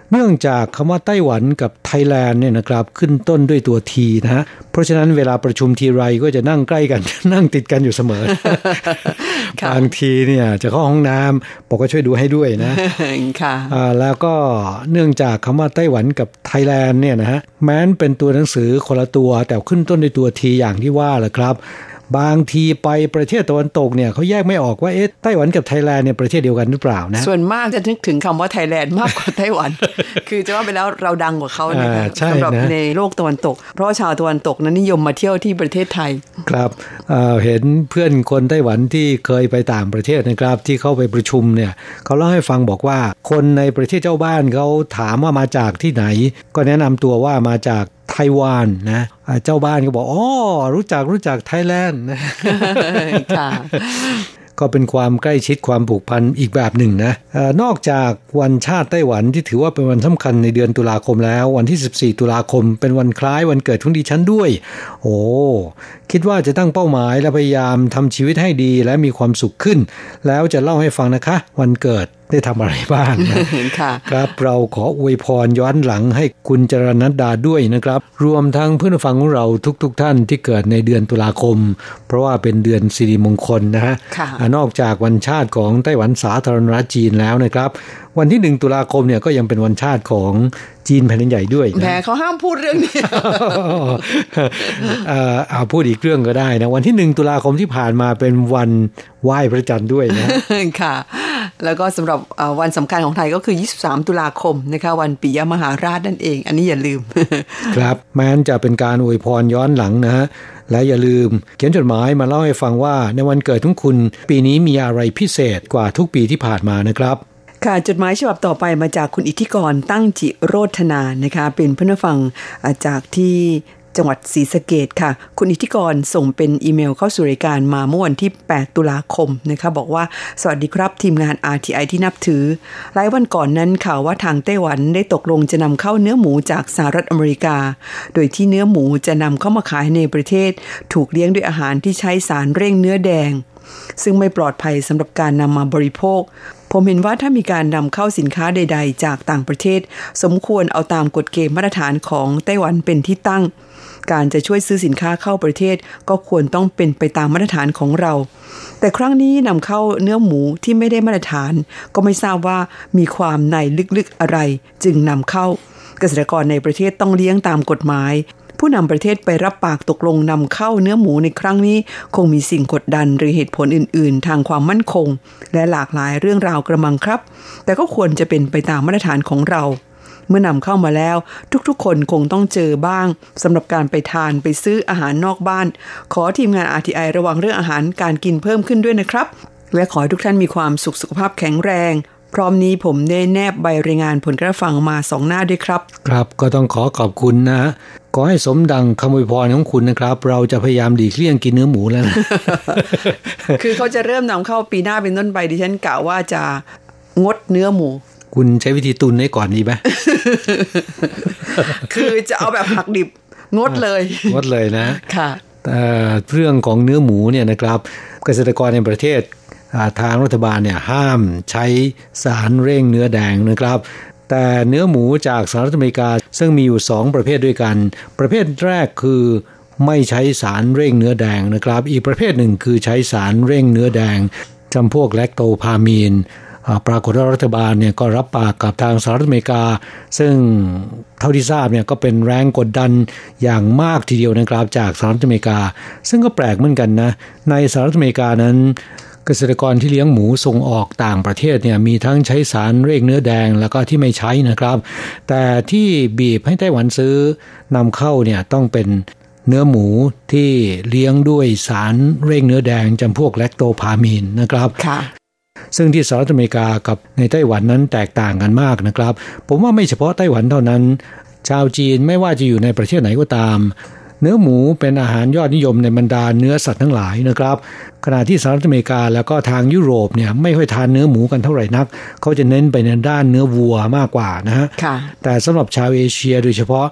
Speaker 2: เนื่องจากคำว่าไต้หวันกับไทยแลนด์เนี่ยนะครับขึ้นต้นด้วยตัวทีนะฮะเพราะฉะนั้นเวลาประชุมทีไรก็จะนั่งใกล้กัน นั่งติดกันอยู่เสมอ บางทีเนี่ยจะเข้าห้องน้ำบอกว่าช่วยดูให้ด้วยนะ
Speaker 1: ค่ะ
Speaker 2: แล้วก็เนื่องจากคำว่าไต้หวันกับไทยแลนด์เนี่ยนะฮะแม้นเป็นตัวหนังสือคนละตัวแต่ขึ้นต้นด้วยตัวทีอย่างที่ว่าแหละครับบางทีไปประเทศตะวันตกเนี่ยเขาแยกไม่ออกว่าไต้หวันกับไทยแลนด์เนี่ยประเทศเดียวกันหรือเปล่านะ
Speaker 1: ส่วนมากจะนึกถึงคำว่าไทยแลนด์มากกว่าไต้หวัน คือจะว่าไปแล้วเราดังกว่าเขานะคะสำหรับในโลกตะวันตกเพราะชาวตะวันตกนั้นนิยมมาเที่ยวที่ประเทศไทย
Speaker 2: ครับเห็นเพื่อนคนไต้หวันที่เคยไปต่างประเทศนะครับที่เข้าไปประชุมเนี่ยเขาเล่าให้ฟังบอกว่าคนในประเทศเจ้าบ้านเขาถามว่ามาจากที่ไหนก็แนะนำตัวว่ามาจากไต้หวันนะเจ้าบ้านก็บอกอ๋อรู้จักไทยแลนด์นะค่ะก็เป็นความใกล้ชิดความผูกพันอีกแบบหนึ่งนะนอกจากวันชาติไต้หวันที่ถือว่าเป็นวันสำคัญในเดือนตุลาคมแล้ววันที่14ตุลาคมเป็นวันคล้ายวันเกิดของดิฉันด้วยโอ้คิดว่าจะตั้งเป้าหมายและพยายามทำชีวิตให้ดีและมีความสุขขึ้นแล้วจะเล่าให้ฟังนะคะวันเกิดได้ทำอะไรบ้างนะครับเราขออวยพรย้อนหลังให้คุณจรณัฐดาด้วยนะครับรวมทั้งเพื่อนฟังของเราทุกท่านที่เกิดในเดือนตุลาคมเพราะว่าเป็นเดือนสิริมงคลนะฮะนอกจากวันชาติของไต้หวันสาธารณรัฐจีนแล้วนะครับวันที่1ตุลาคมเนี่ยก็ยังเป็นวันชาติของจีนแผ่นดินใหญ่ด้วย
Speaker 1: แหมเขาห้ามพูดเรื่องนี้
Speaker 2: เอาพูดอีกเรื่องก็ได้นะวันที่1ตุลาคมที่ผ่านมาเป็นวันไหว้พระจันทร์ด้วยนะ
Speaker 1: ค่ะแล้วก็สำหรับวันสำคัญของไทยก็คือ23ตุลาคมนะคะวันปิยมหาราชนั่นเองอันนี้อย่าลืม
Speaker 2: ครับแม้นจะเป็นการอวยพรย้อนหลังนะฮะและอย่าลืมเขียนจดหมายมาเล่าให้ฟังว่าในวันเกิดของคุณปีนี้มีอะไรพิเศษกว่าทุกปีที่ผ่านมานะครับ
Speaker 1: ค่ะจดหมายฉบับต่อไปมาจากคุณอิทธิกรตั้งจิโรธนานะคะเป็นผู้ฟังจากที่จังหวัดศรีสะเกษค่ะคุณอิทธิกรส่งเป็นอีเมลเข้าสู่รายการมาเมื่อวันที่8ตุลาคมนะคะบอกว่าสวัสดีครับทีมงาน RTI ที่นับถือหลายวันก่อนนั้นข่าวว่าทางไต้หวันได้ตกลงจะนำเข้าเนื้อหมูจากสหรัฐอเมริกาโดยที่เนื้อหมูจะนำเข้ามาขายในประเทศถูกเลี้ยงด้วยอาหารที่ใช้สารเร่งเนื้อแดงซึ่งไม่ปลอดภัยสำหรับการนำมาบริโภคผมเห็นว่าถ้ามีการนำเข้าสินค้าใดๆจากต่างประเทศสมควรเอาตามกฎเกณฑ์มาตรฐานของไต้หวันเป็นที่ตั้งการจะช่วยซื้อสินค้าเข้าประเทศก็ควรต้องเป็นไปตามมาตรฐานของเราแต่ครั้งนี้นำเข้าเนื้อหมูที่ไม่ได้มาตรฐานก็ไม่ทราบว่ามีความในลึกๆอะไรจึงนำเข้าเกษตรกรในประเทศต้องเลี้ยงตามกฎหมายผู้นำประเทศไปรับปากตกลงนำเข้าเนื้อหมูในครั้งนี้คงมีสิ่งกดดันหรือเหตุผลอื่นๆทางความมั่นคงและหลากหลายเรื่องราวกระมังครับแต่ก็ควรจะเป็นไปตามมาตรฐานของเราเมื่อนำเข้ามาแล้วทุกๆคนคงต้องเจอบ้างสำหรับการไปทานไปซื้ออาหารนอกบ้านขอทีมงาน RTI ระวังเรื่องอาหารการกินเพิ่มขึ้นด้วยนะครับและขอให้ทุกท่านมีความสุขภาพแข็งแรงพร้อมนี้ผมได้แนบใบรายงานผลการฟังมา2หน้าด้วยครับ
Speaker 2: ครับก็ต้องขอบคุณนะขอให้สมดังคำอวยพรของคุณนะครับเราจะพยายามหลีกเลี่ยงกินเนื้อหมูแล้วนะ
Speaker 1: คือเขาจะเริ่มนำเข้าปีหน้าเป็นต้นไปดิฉันกะว่าจะงดเนื้อหมู
Speaker 2: คุณใช้วิธีตุนให้ก่อนดีไหม
Speaker 1: คือจะเอาแบบหักดิบงดเลย
Speaker 2: นะ
Speaker 1: ค่ะ
Speaker 2: เรื่องของเนื้อหมูเนี่ยนะครับเกษตรกรในประเทศทางรัฐบาลเนี่ยห้ามใช้สารเร่งเนื้อแดงนะครับแต่เนื้อหมูจากสหรัฐอเมริกาซึ่งมีอยู่2ประเภทด้วยกันประเภทแรกคือไม่ใช้สารเร่งเนื้อแดงนะครับอีกประเภทหนึ่งคือใช้สารเร่งเนื้อแดงจำพวกแลคโตพามีนปรากฏว่ารัฐบาลเนี่ยก็รับปากกับทางสหรัฐอเมริกาซึ่งเท่าที่ทราบเนี่ยก็เป็นแรงกดดันอย่างมากทีเดียวนะครับจากสหรัฐอเมริกาซึ่งก็แปลกเหมือนกันนะในสหรัฐอเมริกานั้นเกษตรกรที่เลี้ยงหมูส่งออกต่างประเทศเนี่ยมีทั้งใช้สารเร่งเนื้อแดงแล้วก็ที่ไม่ใช้นะครับแต่ที่บีบให้ไต้หวันซื้อนำเข้าเนี่ยต้องเป็นเนื้อหมูที่เลี้ยงด้วยสารเร่งเนื้อแดงจำพวกแลคโตพามีนนะครับซึ่งที่สหรัฐอเมริกากับในไต้หวันนั้นแตกต่างกันมากนะครับผมว่าไม่เฉพาะไต้หวันเท่านั้นชาวจีนไม่ว่าจะอยู่ในประเทศไหนก็ตามเนื้อหมูเป็นอาหารยอดนิยมในบรรดาเนื้อสัตว์ทั้งหลายนะครับขณะที่สหรัฐอเมริกาแล้วก็ทางยุโรปเนี่ยไม่ค่อยทานเนื้อหมูกันเท่าไหร่นักเขาจะเน้นไปในด้านเนื้อวัวมากกว่านะฮะแต่สำหรับชาวเอเชียโดยเฉพาะ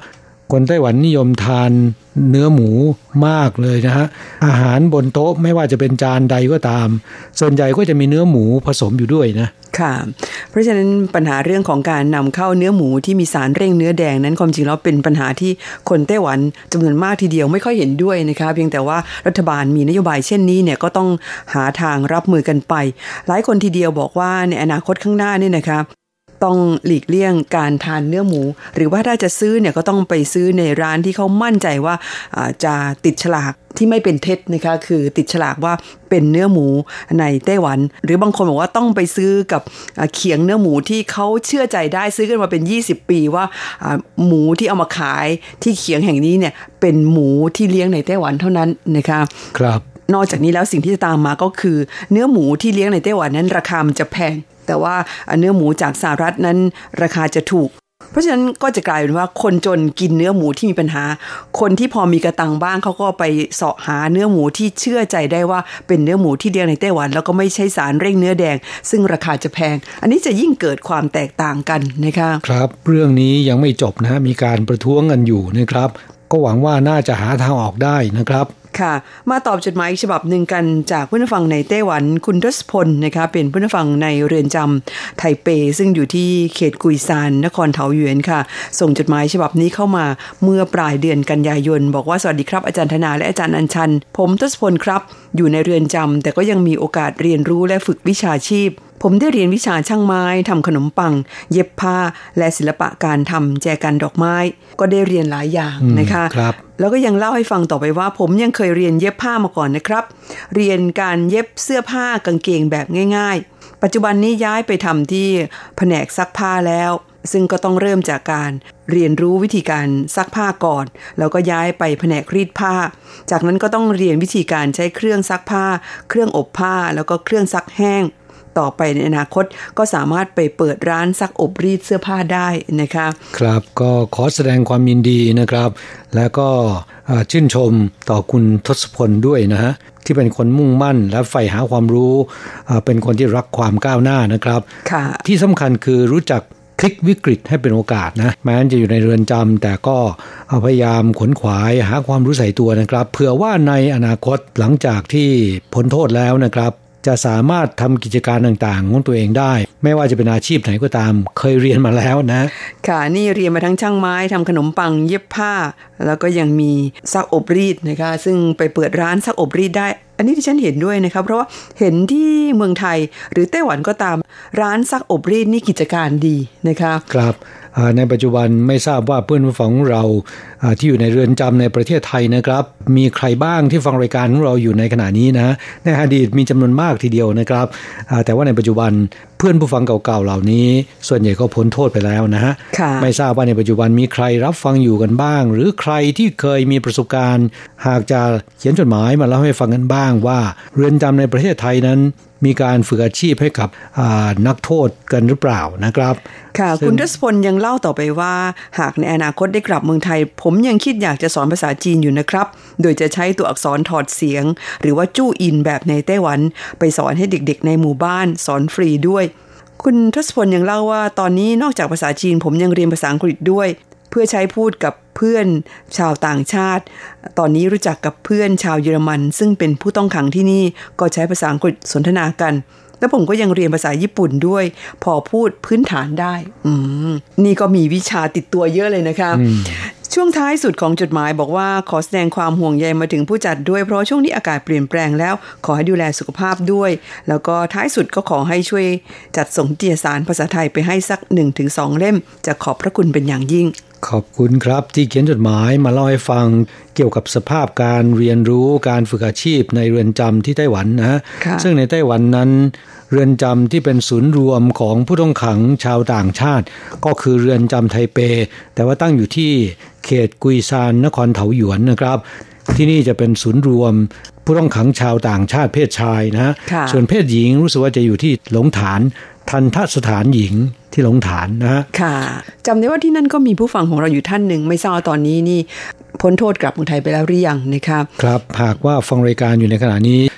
Speaker 2: คนไต้หวันนิยมทานเนื้อหมูมากเลยนะฮะอาหารบนโต๊ะไม่ว่าจะเป็นจานใดก็ตามส่วนใหญ่ก็จะมีเนื้อหมูผสมอยู่ด้วยนะ
Speaker 1: ค่ะเพราะฉะนั้นปัญหาเรื่องของการนำเข้าเนื้อหมูที่มีสารเร่งเนื้อแดงนั้นความจริงแล้วเป็นปัญหาที่คนไต้หวันจำนวนมากทีเดียวไม่ค่อยเห็นด้วยนะคะเพียงแต่ว่ารัฐบาลมีนโยบายเช่นนี้เนี่ยก็ต้องหาทางรับมือกันไปหลายคนทีเดียวบอกว่าในอนาคตข้างหน้านี่นะคะต้องหลีกเลี่ยงการทานเนื้อหมูหรือว่าถ้าจะซื้อเนี่ยก็ต้องไปซื้อในร้านที่เขามั่นใจว่าจะติดฉลากที่ไม่เป็นเท็จนะคะคือติดฉลากว่าเป็นเนื้อหมูในไต้หวันหรือบางคนบอกว่าต้องไปซื้อกับเขียงเนื้อหมูที่เขาเชื่อใจได้ซื้อกันมาเป็น20ปีว่าหมูที่เอามาขายที่เขียงแห่งนี้เนี่ยเป็นหมูที่เลี้ยงในไต้หวันเท่านั้นนะคะ
Speaker 2: ครับ
Speaker 1: นอกจากนี้แล้วสิ่งที่จะตามมาก็คือเนื้อหมูที่เลี้ยงในไต้หวันนั้นราคามันจะแพงแต่ว่าเนื้อหมูจากสหรัฐนั้นราคาจะถูกเพราะฉะนั้นก็จะกลายเป็นว่าคนจนกินเนื้อหมูที่มีปัญหาคนที่พอมีกระตังบ้างเขาก็ไปเสาะหาเนื้อหมูที่เชื่อใจได้ว่าเป็นเนื้อหมูที่เลี้ยงในไต้หวันแล้วก็ไม่ใช่สารเร่งเนื้อแดงซึ่งราคาจะแพงอันนี้จะยิ่งเกิดความแตกต่างกันนะคะ
Speaker 2: ครับเรื่องนี้ยังไม่จบนะมีการประท้วงกันอยู่นะครับก็หวังว่าน่าจะหาทางออกได้นะครับ
Speaker 1: ค่ะมาตอบจดหมายอีกฉบับหนึ่งกันจากผู้ฟังในไต้หวันคุณทศพลนะคะเป็นผู้ฟังในเรือนจำไทเปซึ่งอยู่ที่เขตกุยซานนครเถาหยวนค่ะส่งจดหมายฉบับนี้เข้ามาเมื่อปลายเดือนกันยายนบอกว่าสวัสดีครับอาจารย์ธนาและอาจารย์อัญชันผมทศพลครับอยู่ในเรือนจำแต่ก็ยังมีโอกาสเรียนรู้และฝึกวิชาชีพผมได้เรียนวิชาช่างไม้ทำขนมปังเย็บผ้าและศิลปะการทำแจกันดอกไม้ก็ได้เรียนหลายอย่างนะคะแล้วก็ยังเล่าให้ฟังต่อไปว่าผมยังเคยเรียนเย็บผ้ามาก่อนนะครับเรียนการเย็บเสื้อผ้ากางเกงแบบง่ายๆปัจจุบันนี้ย้ายไปทำที่แผนกซักผ้าแล้วซึ่งก็ต้องเริ่มจากการเรียนรู้วิธีการซักผ้าก่อนแล้วก็ย้ายไปแผนกรีดผ้าจากนั้นก็ต้องเรียนวิธีการใช้เครื่องซักผ้าเครื่องอบผ้าแล้วก็เครื่องซักแห้งต่อไปในอนาคตก็สามารถไปเปิดร้านซักอบรีดเสื้อผ้าได้นะคะ
Speaker 2: ครับก็ขอแสดงความยินดีนะครับและก็ชื่นชมต่อคุณทศพลด้วยนะฮะที่เป็นคนมุ่งมั่นและใฝ่หาความรู้เป็นคนที่รักความก้าวหน้านะครับที่สำคัญคือรู้จักพลิกวิกฤตให้เป็นโอกาสนะแม้จะอยู่ในเรือนจำแต่ก็พยายามขนขวายหาความรู้ใส่ตัวนะครับเผื่อว่าในอนาคตหลังจากที่พ้นโทษแล้วนะครับจะสามารถทำกิจการต่างๆของตัวเองได้ไม่ว่าจะเป็นอาชีพไหนก็ตามเคยเรียนมาแล้วนะ
Speaker 1: ค่ะนี่เรียนมาทั้งช่างไม้ทำขนมปังเย็บผ้าแล้วก็ยังมีซักอบรีดนะคะซึ่งไปเปิดร้านซักอบรีดได้อันนี้ที่ฉันเห็นด้วยนะครับเพราะว่าเห็นที่เมืองไทยหรือไต้หวันก็ตามร้านซักอบรีดนี่กิจการดีนะคะ
Speaker 2: ครับในปัจจุบันไม่ทราบว่าเพื่อนผู้ฟังของเราที่อยู่ในเรือนจำในประเทศไทยนะครับมีใครบ้างที่ฟังรายการของเราอยู่ในขณะนี้นะในอดีตมีจำนวนมากทีเดียวนะครับแต่ว่าในปัจจุบันเพื่อนผู้ฟังเก่าๆเหล่านี้ส่วนใหญ่ก็พ้นโทษไปแล้วนะฮะไม่ทราบว่าในปัจจุบันมีใครรับฟังอยู่กันบ้างหรือใครที่เคยมีประสบการณ์หากจะเขียนจดหมายมาเล่าให้ฟังกันบ้างว่าเรือนจำในประเทศไทยนั้นมีการฝึกอาชีพให้กับนักโทษกันหรือเปล่านะครับ
Speaker 1: ค่ะคุณทศพลยังเล่าต่อไปว่าหากในอนาคตได้กลับเมืองไทยผมยังคิดอยากจะสอนภาษาจีนอยู่นะครับโดยจะใช้ตัวอักษรถอดเสียงหรือว่าจู้อินแบบในไต้หวันไปสอนให้เด็กๆในหมู่บ้านสอนฟรีด้วยคุณทศพลยังเล่าว่าตอนนี้นอกจากภาษาจีนผมยังเรียนภาษาอังกฤษด้วยเพื่อใช้พูดกับเพื่อนชาวต่างชาติตอนนี้รู้จักกับเพื่อนชาวเยอรมันซึ่งเป็นผู้ต้องขังที่นี่ก็ใช้ภาษาอังกฤษสนทนากันแล้วผมก็ยังเรียนภาษาญี่ปุ่นด้วยพอพูดพื้นฐานได้นี่ก็มีวิชาติดตัวเยอะเลยนะคะช่วงท้ายสุดของจดหมายบอกว่าขอแสดงความห่วงใยมาถึงผู้จัดด้วยเพราะช่วงนี้อากาศเปลี่ยนแปลงแล้วขอให้ดูแลสุขภาพด้วยแล้วก็ท้ายสุดก็ขอให้ช่วยจัดส่งนิตยสารภาษาไทยไปให้สัก 1-2 เล่มจะขอบพระคุณเป็นอย่างยิ่ง
Speaker 2: ขอบคุณครับที่เขียนจดหมายมาเล่าให้ฟังเกี่ยวกับสภาพการเรียนรู้การฝึกอาชีพในเรือนจำที่ไต้หวันนะซึ่งในไต้หวันนั้นเรือนจำที่เป็นศูนย์รวมของผู้ต้องขังชาวต่างชาติก็คือเรือนจำไทเปแต่ว่าตั้งอยู่ที่เขตกุยซานนครเถาหยวนนะครับที่นี่จะเป็นศูนย์รวมผู้ต้องขังชาวต่างชาติเพศชายนะส่วนเพศหญิงรู้สึกว่าจะอยู่ที่หลงฐานทันทสถานหญิงที่หลงฐานนะฮะ
Speaker 1: ค่ะจำได้ว่าที่นั่นก็มีผู้ฟังของเราอยู่ท่านหนึ่งไม่ทราบตอนนี้นี่พ้นโทษกลับเมืองไทยไปแล้วหรือยังนะครับ
Speaker 2: ครับหากว่าฟังรายการอยู่ในขณะนี้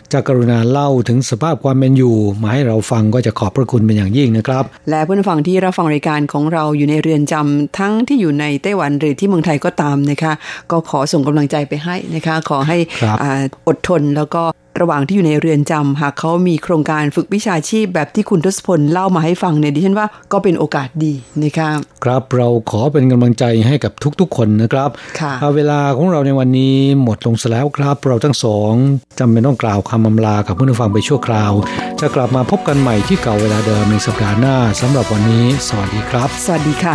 Speaker 2: จะกรุณาเล่าถึงสภาพความเป็นอยู่มาให้เราฟังก็จะขอบพระคุณเป็นอย่างยิ่งนะครับ
Speaker 1: และผู้ฟังที่รับฟังรายการของเราอยู่ในเรือนจำทั้งที่อยู่ในไต้หวันหรือที่เมืองไทยก็ตามนะคะก็ขอส่งกำลังใจไปให้นะคะขอให้อดทนแล้วก็ระหว่างที่อยู่ในเรือนจำหากเขามีโครงการฝึกวิชาชีพแบบที่คุณทศพลเล่ามาให้ฟังเนี่ยดิฉันว่าก็เป็นโอกาสดีนะคะ
Speaker 2: ครับเราขอเป็นกำลังใจให้กับทุกๆคนนะครับเวลาของเราในวันนี้หมดลงซะแล้วครับเราทั้งสองจำเป็นต้องกล่าวคำอำลากับผู้ฟังไปชั่วคราวจะกลับมาพบกันใหม่ที่เก่าเวลาเดิมในสัปดาห์หน้าสำหรับวันนี้สวัสดีครับ
Speaker 1: สวัสดีค่ะ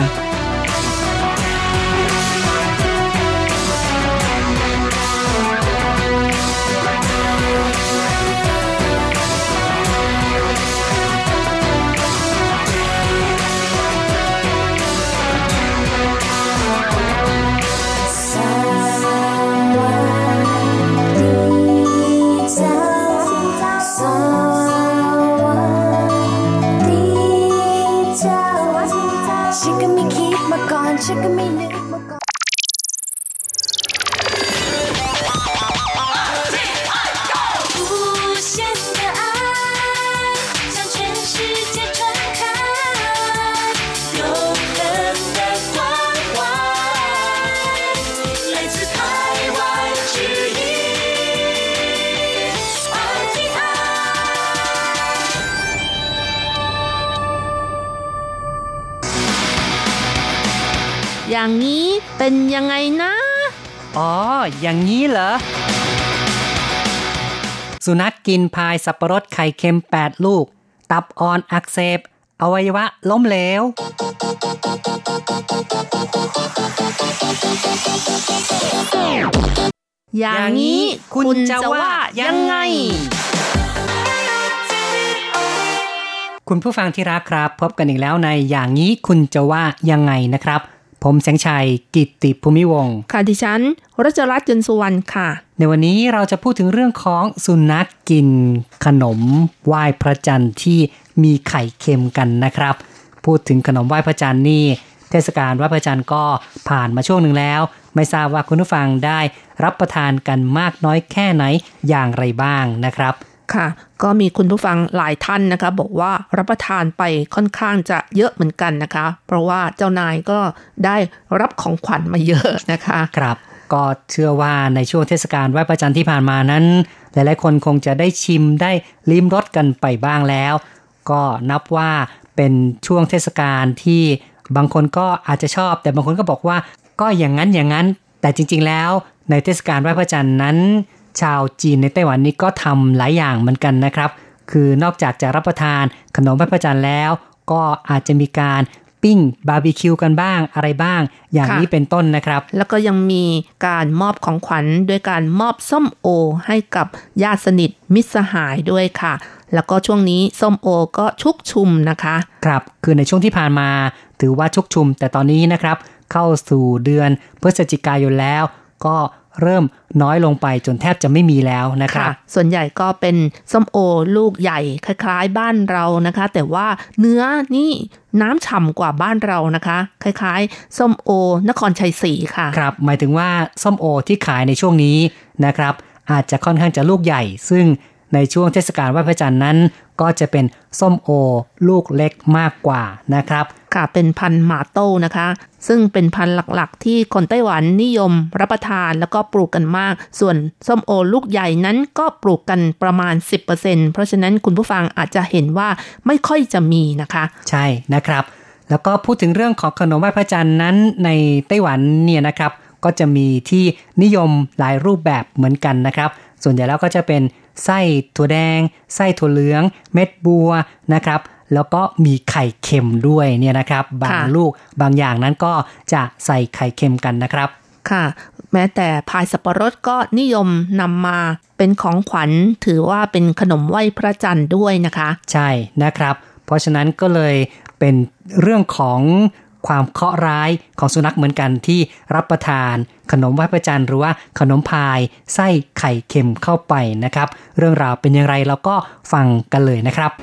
Speaker 3: อย่างนี้เป็นยังไงนะ
Speaker 4: อ๋ออย่างนี้เหรอสุนัขกินพายสับปะรดไข่เค็ม8ลูกตับอ่อนอักเสบอวัยวะล้มเหลว
Speaker 3: อย่างนี้คุณจะว่ายังไง
Speaker 4: คุณผู้ฟังที่รักครับพบกันอีกแล้วในอย่างนี้คุณจะว่ายังไงนะครับผมแสงชัยกิตติภูมิวงศ์
Speaker 3: ค่ะดิฉันรัชรัตน์ยนต์สุวรรณค่ะ
Speaker 4: ในวันนี้เราจะพูดถึงเรื่องของสุนัขกินขนมไหว้พระจันทร์ที่มีไข่เค็มกันนะครับพูดถึงขนมไหว้พระจันทร์นี่เทศกาลไหว้พระจันทร์ก็ผ่านมาช่วงหนึ่งแล้วไม่ทราบว่าคุณผู้ฟังได้รับประทานกันมากน้อยแค่ไหนอย่างไรบ้างนะครับ
Speaker 3: ค่ะก็มีคุณผู้ฟังหลายท่านนะคะบอกว่ารับประทานไปค่อนข้างจะเยอะเหมือนกันนะคะเพราะว่าเจ้านายก็ได้รับของขวัญมาเยอะนะคะ
Speaker 4: ครับก็เชื่อว่าในช่วงเทศกาลไหว้พระจันทร์ที่ผ่านมานั้นหลายๆคนคงจะได้ชิมได้ลิ้มรสกันไปบ้างแล้วก็นับว่าเป็นช่วงเทศกาลที่บางคนก็อาจจะชอบแต่บางคนก็บอกว่าก็อย่างนั้นแต่จริงๆแล้วในเทศกาลไหว้พระจันทร์นั้นชาวจีนในไต้หวันนี้ก็ทำหลายอย่างเหมือนกันนะครับคือนอกจากจะรับประทานขนมไหว้พระจันทร์แล้วก็อาจจะมีการปิ้งบาร์บีคิวกันบ้างอะไรบ้างอย่างนี้เป็นต้นนะครับ
Speaker 3: แล้วก็ยังมีการมอบของขวัญด้วยการมอบส้มโอให้กับญาติสนิทมิตรสหายด้วยค่ะแล้วก็ช่วงนี้ส้มโอก็ชุกชุมนะคะ
Speaker 4: ครับคือในช่วงที่ผ่านมาถือว่าชุกชุมแต่ตอนนี้นะครับเข้าสู่เดือนพฤศจิกายนแล้วก็เริ่มน้อยลงไปจนแทบจะไม่มีแล้วนะครับ
Speaker 3: ส่วนใหญ่ก็เป็นส้มโอลูกใหญ่คล้ายๆบ้านเรานะคะแต่ว่าเนื้อนี่น้ำฉ่ำกว่าบ้านเรานะคะคล้ายๆส้มโอนครชัยศรีค่ะ
Speaker 4: ครับหมายถึงว่าส้มโอที่ขายในช่วงนี้นะครับอาจจะค่อนข้างจะลูกใหญ่ซึ่งในช่วงเทศกาลไหว้พระจันทร์นั้นก็จะเป็นส้มโอลูกเล็กมากกว่านะครับ
Speaker 3: ค่ะเป็นพันธุ์หมาโต้นะคะซึ่งเป็นพันธุ์หลักๆที่คนไต้หวันนิยมรับประทานแล้วก็ปลูกกันมากส่วนส้มโอลูกใหญ่นั้นก็ปลูกกันประมาณ 10% เพราะฉะนั้นคุณผู้ฟังอาจจะเห็นว่าไม่ค่อยจะมีนะคะ
Speaker 4: ใช่นะครับแล้วก็พูดถึงเรื่องของขนมไหว้พระจันทร์นั้นในไต้หวันเนี่ยนะครับก็จะมีที่นิยมหลายรูปแบบเหมือนกันนะครับส่วนใหญ่แล้วก็จะเป็นไส้ถั่วแดงไส้ถั่วเหลืองเม็ดบัวนะครับแล้วก็มีไข่เค็มด้วยเนี่ยนะครับบางลูกบางอย่างนั้นก็จะใส่ไข่เค็มกันนะครับ
Speaker 3: ค่ะแม้แต่พายสับปะรดก็นิยมนำมาเป็นของขวัญถือว่าเป็นขนมไหว้พระจันทร์ด้วยนะคะ
Speaker 4: ใช่นะครับเพราะฉะนั้นก็เลยเป็นเรื่องของความเคราะห์ร้ายของสุนัขเหมือนกันที่รับประทานขนมไหว้พระจันทร์หรือว่าขนมพายไส้ไข่เค็มเข้าไปนะครับเรื่องราวเป็นอย่างไรเราก็ฟังกันเลยนะครับ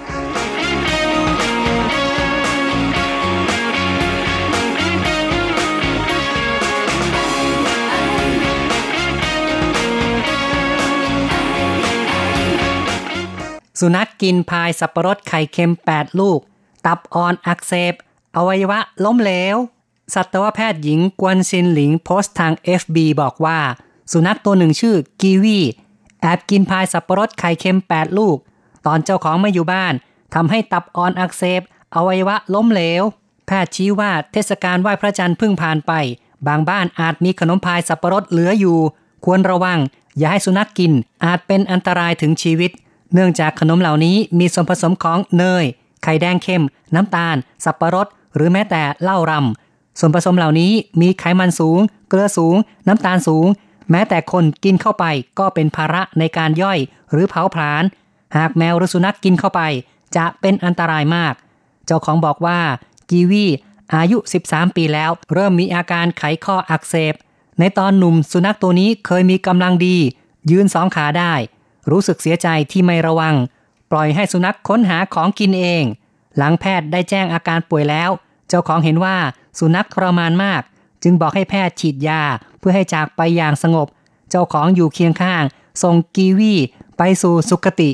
Speaker 4: สุนัขกินพายสับปะรดไข่เค็ม8ลูกตับอ่อนอักเสบอวัยวะล้มเหลวสัตวแพทย์หญิงกวนซินหลิงโพสต์ทาง FB บอกว่าสุนัขตัวหนึ่งชื่อกีวีแอบกินพายสับปะรดไข่เค็ม8ลูกตอนเจ้าของไม่อยู่บ้านทำให้ตับอ่อนอักเสบอวัยวะล้มเหลวแพทย์ชี้ว่าเทศกาลไหว้พระจันทร์เพิ่งผ่านไปบางบ้านอาจมีขนมพายสับปะรดเหลืออยู่ควรระวังอย่าให้สุนัขกินอาจเป็นอันตรายถึงชีวิตเนื่องจากขนมเหล่านี้มีส่วนผสมของเนยไข่แดงเค็มน้ำตาลสับปะรดหรือแม้แต่เหล้ารำส่วนผสมเหล่านี้มีไขมันสูงเกลือสูงน้ำตาลสูงแม้แต่คนกินเข้าไปก็เป็นภาระในการย่อยหรือเผาผลาญหากแมวหรือสุนัขกินเข้าไปจะเป็นอันตรายมากเจ้าของบอกว่ากีวีอายุ13ปีแล้วเริ่มมีอาการไขข้ออักเสบในตอนหนุ่มสุนัขตัวนี้เคยมีกำลังดียืน2ขาได้รู้สึกเสียใจที่ไม่ระวังปล่อยให้สุนัขค้นหาของกินเองหลังแพทย์ได้แจ้งอาการป่วยแล้วเจ้าของเห็นว่าสุนัขทรมานมากจึงบอกให้แพทย์ฉีดยาเพื่อให้จากไปอย่างสงบเจ้าของอยู่เคียงข้างส่งกีวีไปสู่สุคติ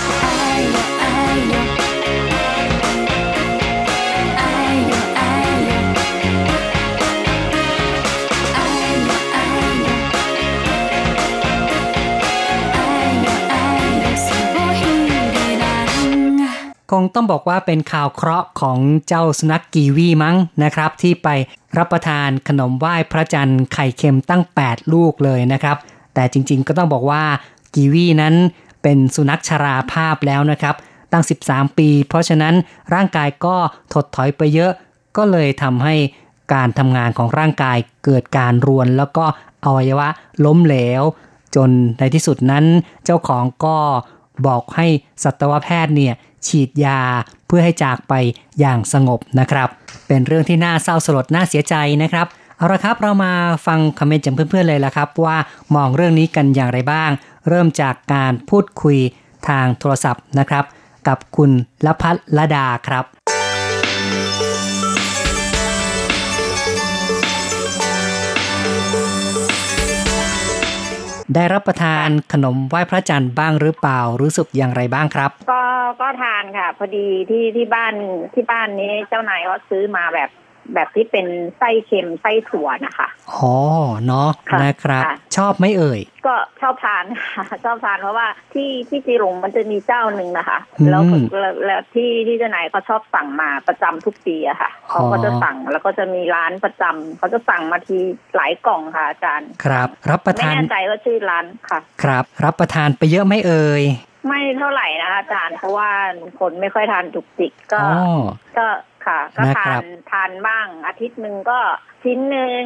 Speaker 4: คงต้องบอกว่าเป็นข่าวเคราะห์ของเจ้าสุนัขกีวีมั้งนะครับที่ไปรับประทานขนมไหว้พระจันทร์ไข่เค็มตั้ง8ลูกเลยนะครับแต่จริงๆก็ต้องบอกว่ากีวีนั้นเป็นสุนัขชราภาพแล้วนะครับตั้ง13ปีเพราะฉะนั้นร่างกายก็ถดถอยไปเยอะก็เลยทำให้การทำงานของร่างกายเกิดการรวนแล้วก็อวัยวะล้มเหลวจนในที่สุดนั้นเจ้าของก็บอกให้สัตวแพทย์เนี่ยฉีดยาเพื่อให้จากไปอย่างสงบนะครับเป็นเรื่องที่น่าเศร้าสลดน่าเสียใจนะครับเอาละครับเรามาฟังคอมเมนต์จากเพื่อนๆเลยละครับว่ามองเรื่องนี้กันอย่างไรบ้างเริ่มจากการพูดคุยทางโทรศัพท์นะครับกับคุณลภัทรลดาครับได้รับประทานขนมไหว้พระจันทร์บ้างหรือเปล่ารู้สึกอย่างไรบ้างครับ
Speaker 5: ก็ทานค่ะพอดีที่บ้านนี้เจ้านายเขาซื้อมาแบบที่เป็นไส้เค็มไส้ถั่วนะคะ
Speaker 4: อ๋อเนาะนะครับชอบไหมเอ่ย
Speaker 5: ก็ชอบทานค่ะชอบทานเพราะว่าที่จีหลงมันจะมีเจ้าหนึ่งนะคะแล้วที่เจ้านายเขาชอบสั่งมาประจำทุกปีอะค่ะเขาก็จะสั่งแล้วก็จะมีร้านประจำเขาจะสั่งมาทีหลายกล่องค่ะอาจารย์
Speaker 4: ครับรับประทาน
Speaker 5: ไม่แน่ใจว่าชื่อร้านค่ะ
Speaker 4: ครับรับประทานไปเยอะไหมเอ่ย
Speaker 5: ไม่เท่าไหร่นะคะอาจารย์เพราะว่าคนไม่ค่อยทานจุกจิกก็ค่ะก็ทานบ้างอาทิตย์นึงก็ชิ้นนึง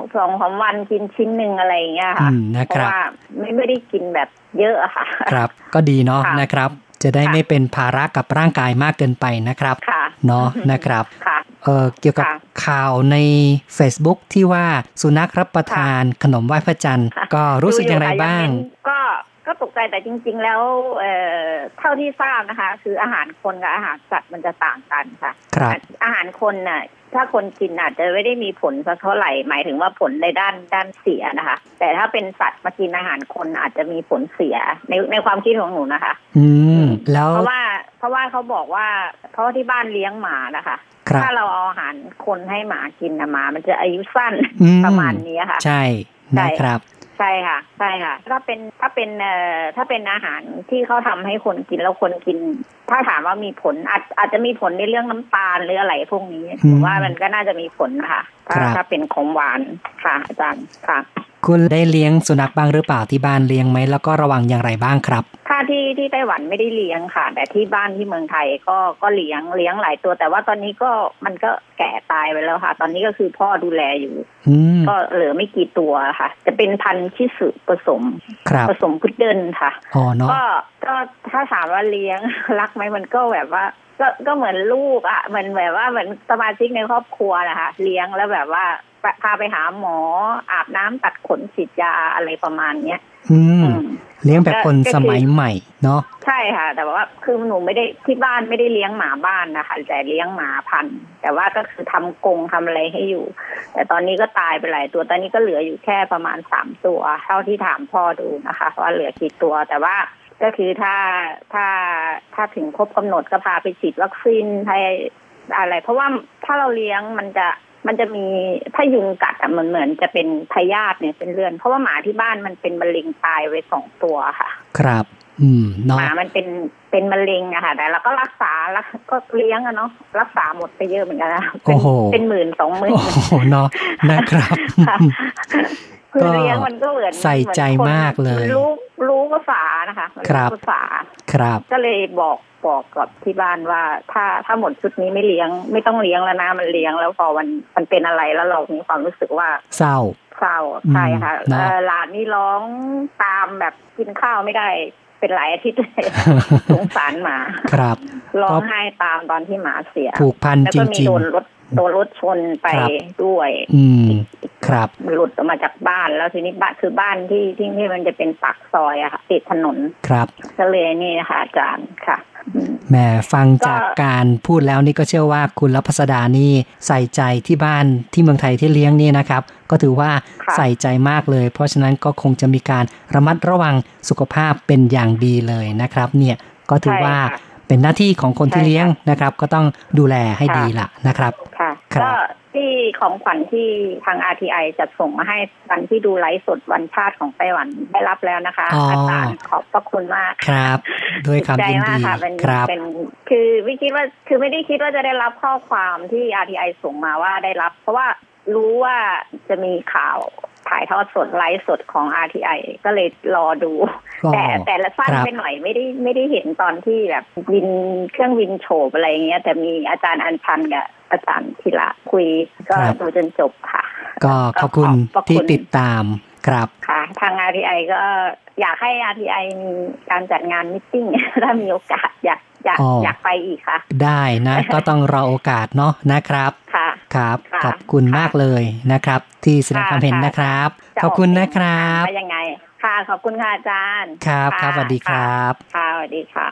Speaker 5: 2-3 วันกินชิ้นนึงอะไรอย่างเงี้ยค่ะเพราะว่าไม่ได้กินแบบเยอะค่ะ
Speaker 4: ครับก็ดีเนาะนะครับจะได้ไม่เป็นภาระกับร่างกายมากเกินไปนะครับเนาะนะครับเกี่ยวกับข่าวใน Facebook ที่ว่าสุนัขรับประทานขนมไหว้พระจันทร์ก็รู้สึกอย่างไรบ้าง
Speaker 5: ก็ตกใจแต่จริงๆแล้วเท่าที่ทราบนะคะคืออาหารคนกับอาหารสัตว์มันจะต่างกันค่ะอาหารคนน่ะถ้าคนกินอาจจะไม่ได้มีผลสักเท่าไหร่หมายถึงว่าผลในด้านเสียนะคะแต่ถ้าเป็นสัตว์มากินอาหารคนอาจจะมีผลเสียในความคิดของหนูนะคะ
Speaker 4: แล้ว
Speaker 5: เพราะว่าเขาบอกว่าเพราะที่บ้านเลี้ยงหมานะคะถ้าเราเอาอาหารคนให้หมากินนะหมามันจะอายุสั้นประมาณนี้ค่ะ
Speaker 4: ใช่นะครับ
Speaker 5: ใช่ค่ะใช่ค่ะถ้าเป็นอาหารที่เขาทำให้คนกินแล้วคนกินถ้าถามว่ามีผลอาจจะมีผลในเรื่องน้ำตาลหรืออะไรพวกนี้หรือว่ามันก็น่าจะมีผลนะคะถ้าเป็นของหวานค่ะอาจารย์ค่ะ
Speaker 4: คุณได้เลี้ยงสุนัขบ้างหรือเปล่าที่บ้านเลี้ยงไหมแล้วก็ระวังอย่างไรบ้างครับ
Speaker 5: ถ้าที่ไต้หวันไม่ได้เลี้ยงค่ะแต่ที่บ้านที่เมืองไทยก็เลี้ยงหลายตัวแต่ว่าตอนนี้ก็มันก็แก่ตายไปแล้วค่ะตอนนี้ก็คือพ่อดูแลอยู่ก็เหลือไม่กี่ตัวค่ะจะเป็นพันธุ์ชิสุผสมพุดเดิ้ลค่ะก็ถ้าถามว่าเลี้ยงรักไหมมันก็แบบว่าก็เหมือนลูกอ่ะเหมือนแบบว่าเหมือนสมาชิกในครอบครัวนะคะเลี้ยงแล้วแบบว่าพาไปหาหมออาบน้ำตัดขนฉีดยาอะไรประมาณเนี้ย
Speaker 4: เลี้ยงแบบคนสมัยใหม่เนาะ
Speaker 5: ใช่ค่ะแต่ว่าคือหนูไม่ได้ที่บ้านไม่ได้เลี้ยงหมาบ้านนะคะแต่เลี้ยงหมาพันธุ์แต่ว่าก็คือทำกรงทำอะไรให้อยู่แต่ตอนนี้ก็ตายไปหลายตัวตอนนี้ก็เหลืออยู่แค่ประมาณ3ตัวเท่าที่ถามพ่อดูนะคะว่าเหลือกี่ตัวแต่ว่าก็คือถ้าถึงครบกำหนดก็พาไปฉีดวัคซีนให้อะไรเพราะว่าถ้าเราเลี้ยงมันจะมีถ้ายุงกัดอะเหมือนจะเป็นพยาธิเนี่ยเป็นเลือดเพราะว่าหมาที่บ้านมันเป็นมะเร็งตายไว้2 ตัวค่ะ
Speaker 4: ครับ
Speaker 5: หมามันเป็นมะเร็งอะค่ะแต่เราก็รักษาแล้วก็เลี้ยงอะเนาะรักษาหมดไปเยอะเหมือนกันนะเป็นหมื่น20,000
Speaker 4: โอ้โหเนาะนะครับ
Speaker 5: คือเลี้ยงมันก็เหมือน
Speaker 4: ใส่ใจมากเลย
Speaker 5: รู้ภาษานะคะรู้ภาษา
Speaker 4: ครับ
Speaker 5: ก็เลยบอกกับที่บ้านว่าถ้าหมดชุดนี้ไม่เลี้ยงไม่ต้องเลี้ยงแล้วนะมันเลี้ยงแล้วพอมันเป็นอะไรแล้วเรามีความรู้สึกว่า
Speaker 4: เศร้า
Speaker 5: ใช่ค่ะหลานนี่ร้องตามแบบกินข้าวไม่ได้เป็นหลายอาทิตย์เลยสงสารหมา
Speaker 4: ครับ
Speaker 5: ร้องไห้ตามตอนที่หมาเสีย
Speaker 4: ผูกพันจริงๆ
Speaker 5: แล้วก็มีโดนรถชนไปด้วย
Speaker 4: ครับ
Speaker 5: หลุดออกมาจากบ้านแล้วทีนี้บ้านที่มันจะเป็นปากซอยอะค่ะติดถนน
Speaker 4: ครับ
Speaker 5: ก็เลยนี่ค่ะอาจารย์ค่ะ
Speaker 4: แหมฟังจากการพูดแล้วนี่ก็เชื่อว่าคุณรัพสดานี่ใส่ใจที่บ้านที่เมืองไทยที่เลี้ยงนี่นะครับก็ถือว่าใส่ใจมากเลยเพราะฉะนั้นก็คงจะมีการระมัดระวังสุขภาพเป็นอย่างดีเลยนะครับเนี่ยก็ถือว่าเป็นหน้าที่ของคนที่เลี้ยงนะครับก็ต้องดูแลให้ดีล่ะนะครับ
Speaker 5: ค่ะก็ที่ของขวัญที่ทาง RTI จัดส่งมาให้วันที่ดูไลฟ์สดวันชาติของไต้หวันได้รับแล้วนะคะอาจารย์ขอบพระคุณมาก
Speaker 4: ครับด้วยความยินดี
Speaker 5: ครับเป็นคือไม่คิดว่าคือไม่ได้คิดว่าจะได้รับข้อความที่ RTI ส่งมาว่าได้รับเพราะว่ารู้ว่าจะมีข่าวถ่ายทอดสดไลฟ์สดของ RTI ก็เลยรอดูแต่ละสั้นไปหน่อยไม่ได้เห็นตอนที่แบบเครื่องวินโฉบอะไรเงี้ยแต่มีอาจารย์อัญชันกับอาจารย์ธีระคุยก็ดูจนจบค่ะ
Speaker 4: ก็ขอบคุณที่ติดตามครับ
Speaker 5: ค่ะทาง RTI ก็อยากให้ RTI มีการจัดงานมิทติ้งถ้ามีโอกาสอยากไปอีกค่ะ
Speaker 4: ได้นะก็ต้องรอโอกาสเนาะนะครับ
Speaker 5: ค่ะ
Speaker 4: ครับขอบคุณมากเลยนะครับที่แสดงความเห็นนะครับขอบคุณนะครับ
Speaker 5: ยังไงค่ะขอบคุณค่ะอาจารย์
Speaker 4: ครับครับสวัสดีครับ
Speaker 5: ค่ะสวัสดีค่ะ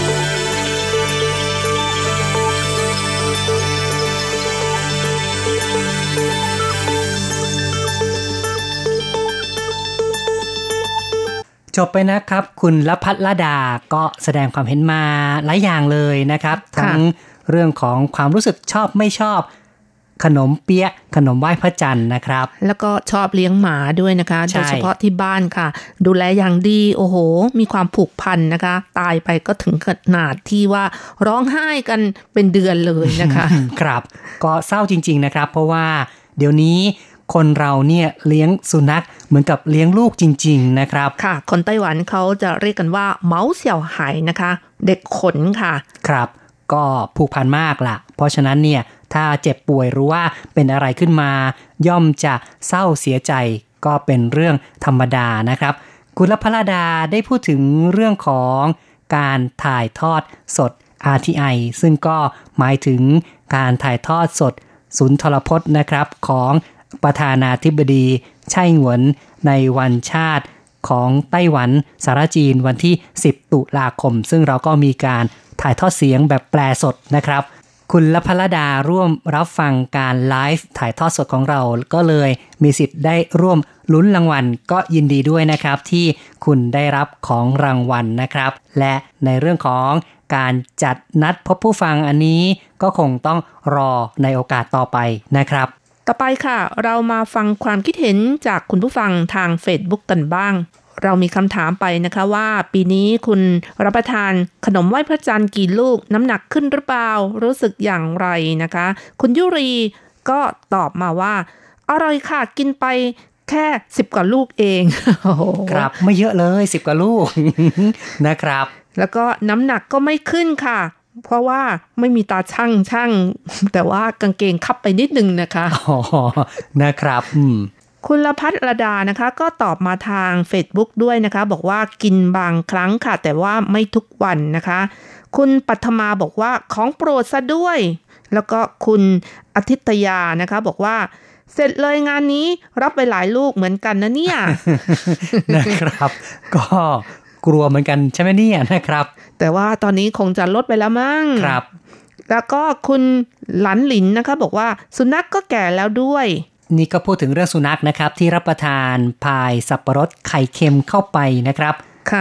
Speaker 4: จบไปนะครับคุณละพัฒลดาก็แสดงความเห็นมาหลายอย่างเลยนะครับทั้งเรื่องของความรู้สึกชอบไม่ชอบขนมเปี๊ยะขนมไหว้พระจันทร์นะครับ
Speaker 3: แล้วก็ชอบเลี้ยงหมาด้วยนะคะโดยเฉพาะที่บ้านค่ะดูแลอย่างดีโอ้โหมีความผูกพันนะคะตายไปก็ถึงขนาดที่ว่าร้องไห้กันเป็นเดือนเลยนะคะ
Speaker 4: ครับก็เศร้าจริงๆนะครับเพราะว่าเดี๋ยวนี้คนเราเนี่ยเลี้ยงสุนัขเหมือนกับเลี้ยงลูกจริงๆนะครับ
Speaker 3: ค่ะคนไต้หวันเขาจะเรียกกันว่าเหมาเสี่ยวไห่นะคะเด็กขนค่ะ
Speaker 4: ครับก็ผูกพันมากล่ะเพราะฉะนั้นเนี่ยถ้าเจ็บป่วยหรือว่าเป็นอะไรขึ้นมาย่อมจะเศร้าเสียใจก็เป็นเรื่องธรรมดานะครับคุณละพลดาได้พูดถึงเรื่องของการถ่ายทอดสด RTI ซึ่งก็หมายถึงการถ่ายทอดสดศูนย์โทรพจน์นะครับของประธานาธิบดีไช่หงวนในวันชาติของไต้หวันสาธารณรัฐจีนวันที่10ตุลาคมซึ่งเราก็มีการถ่ายทอดเสียงแบบแปลสดนะครับคุณละพลดาร่วมรับฟังการไลฟ์ถ่ายทอดสดของเราก็เลยมีสิทธิ์ได้ร่วมลุ้นรางวัลก็ยินดีด้วยนะครับที่คุณได้รับของรางวัลนะครับและในเรื่องของการจัดนัดพบผู้ฟังอันนี้ก็คงต้องรอในโอกาสต่อไปนะครับ
Speaker 3: ต่อไปค่ะเรามาฟังความคิดเห็นจากคุณผู้ฟังทาง Facebook กันบ้างเรามีคำถามไปนะคะว่าปีนี้คุณรับประทานขนมไหว้พระจันทร์กี่ลูกน้ำหนักขึ้นหรือเปล่ารู้สึกอย่างไรนะคะคุณยุรีก็ตอบมาว่าอร่อยค่ะกินไปแค่10กว่าลูกเอง
Speaker 4: ครับไม่เยอะเลย10กว่าลูก นะครับ
Speaker 3: แล้วก็น้ำหนักก็ไม่ขึ้นค่ะเพราะว่าไม่มีตาช่างแต่ว่ากางเกงคับไปนิดนึงนะคะ
Speaker 4: อ๋อนะครับ
Speaker 3: คุณละพัฒรดานะคะก็ตอบมาทาง Facebook ด้วยนะคะบอกว่ากินบางครั้งค่ะแต่ว่าไม่ทุกวันนะคะคุณปัทมาบอกว่าของโปรดซะด้วยแล้วก็คุณอาทิตยานะคะบอกว่าเสร็จเลยงานนี้รับไปหลายลูกเหมือนกันนะเนี่ย
Speaker 4: นะครับก็กลัวเหมือนกันใช่ไหมเนี่ยนะครับ
Speaker 3: แต่ว่าตอนนี้คงจะลดไปแล้วมั้ง
Speaker 4: ครับ
Speaker 3: แล้วก็คุณหลันหลินนะคะบอกว่าสุนัขก็แก่แล้วด้วย
Speaker 4: นี่ก็พูดถึงเรื่องสุนัขนะครับที่รับประทานพายสับปะรดไข่เค็มเข้าไปนะครับ
Speaker 3: ค่ะ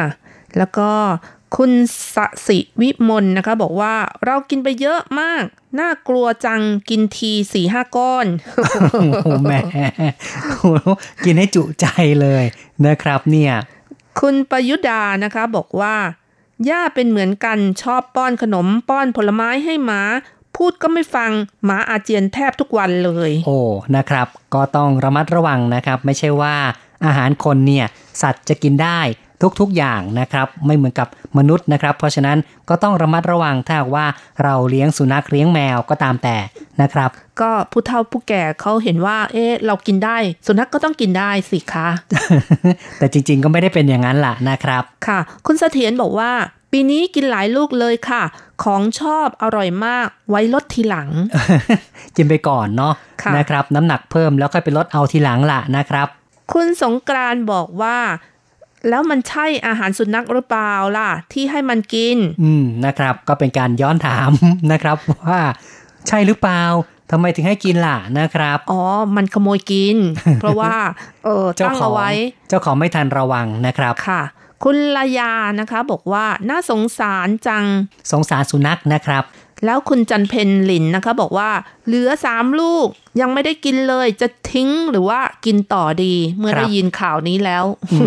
Speaker 3: แล้วก็คุณสศิวิมลนะคะบอกว่าเรากินไปเยอะมากน่ากลัวจังกินที 4-5 ก้อน
Speaker 4: โอ้แม่กินให้จุใจเลยนะครับเนี่ย
Speaker 3: คุณประยุดานะคะบอกว่าย่าเป็นเหมือนกันชอบป้อนขนมป้อนผลไม้ให้หมาพูดก็ไม่ฟังหมาอาเจียนแทบทุกวันเลย
Speaker 4: โอ้นะครับก็ต้องระมัดระวังนะครับไม่ใช่ว่าอาหารคนเนี่ยสัตว์จะกินได้ทุกอย่างนะครับไม่เหมือนกับมนุษย์นะครับเพราะฉะนั้นก็ต้องระมัดระวังถ้าว่าเราเลี้ยงสุนัขเลี้ยงแมวก็ตามแต่นะครับ
Speaker 3: ก็ผู้เฒ่าผู้แก่เขาเห็นว่าเรากินได้สุนัขก็ต้องกินได้สิคะ
Speaker 4: แต่จริงๆก็ไม่ได้เป็นอย่างนั้นล่ะนะครับ
Speaker 3: ค่ะคุณเสถียรบอกว่าปีนี้กินหลายลูกเลยค่ะของชอบอร่อยมากไว้ลดทีหลัง
Speaker 4: กินไปก่อนเนาะนะครับน้ำหนักเพิ่มแล้วค่อยไปลดเอาทีหลังล่ะนะครับ
Speaker 3: คุณสงกรานต์บอกว่าแล้วมันใช่อาหารสุนัขหรือเปล่าล่ะที่ให้มันกิน
Speaker 4: นะครับก็เป็นการย้อนถามนะครับว่าใช่หรือเปล่าทำไมถึงให้กินล่ะนะครับ
Speaker 3: อ๋อมันขโมยกิน เพราะว่าตั้งเอาไว้
Speaker 4: เจ้าของไม่ทันระวังนะครับ
Speaker 3: ค่ะคุณลายานะคะบอกว่าน่าสงสารจัง
Speaker 4: สงสารสุนัขนะครับ
Speaker 3: แล้วคุณจันเพ็ญหลินนะคะบอกว่าเหลือ3ลูกยังไม่ได้กินเลยจะทิ้งหรือว่ากินต่อดีเมื่อได้ยินข่าวนี้แล้ว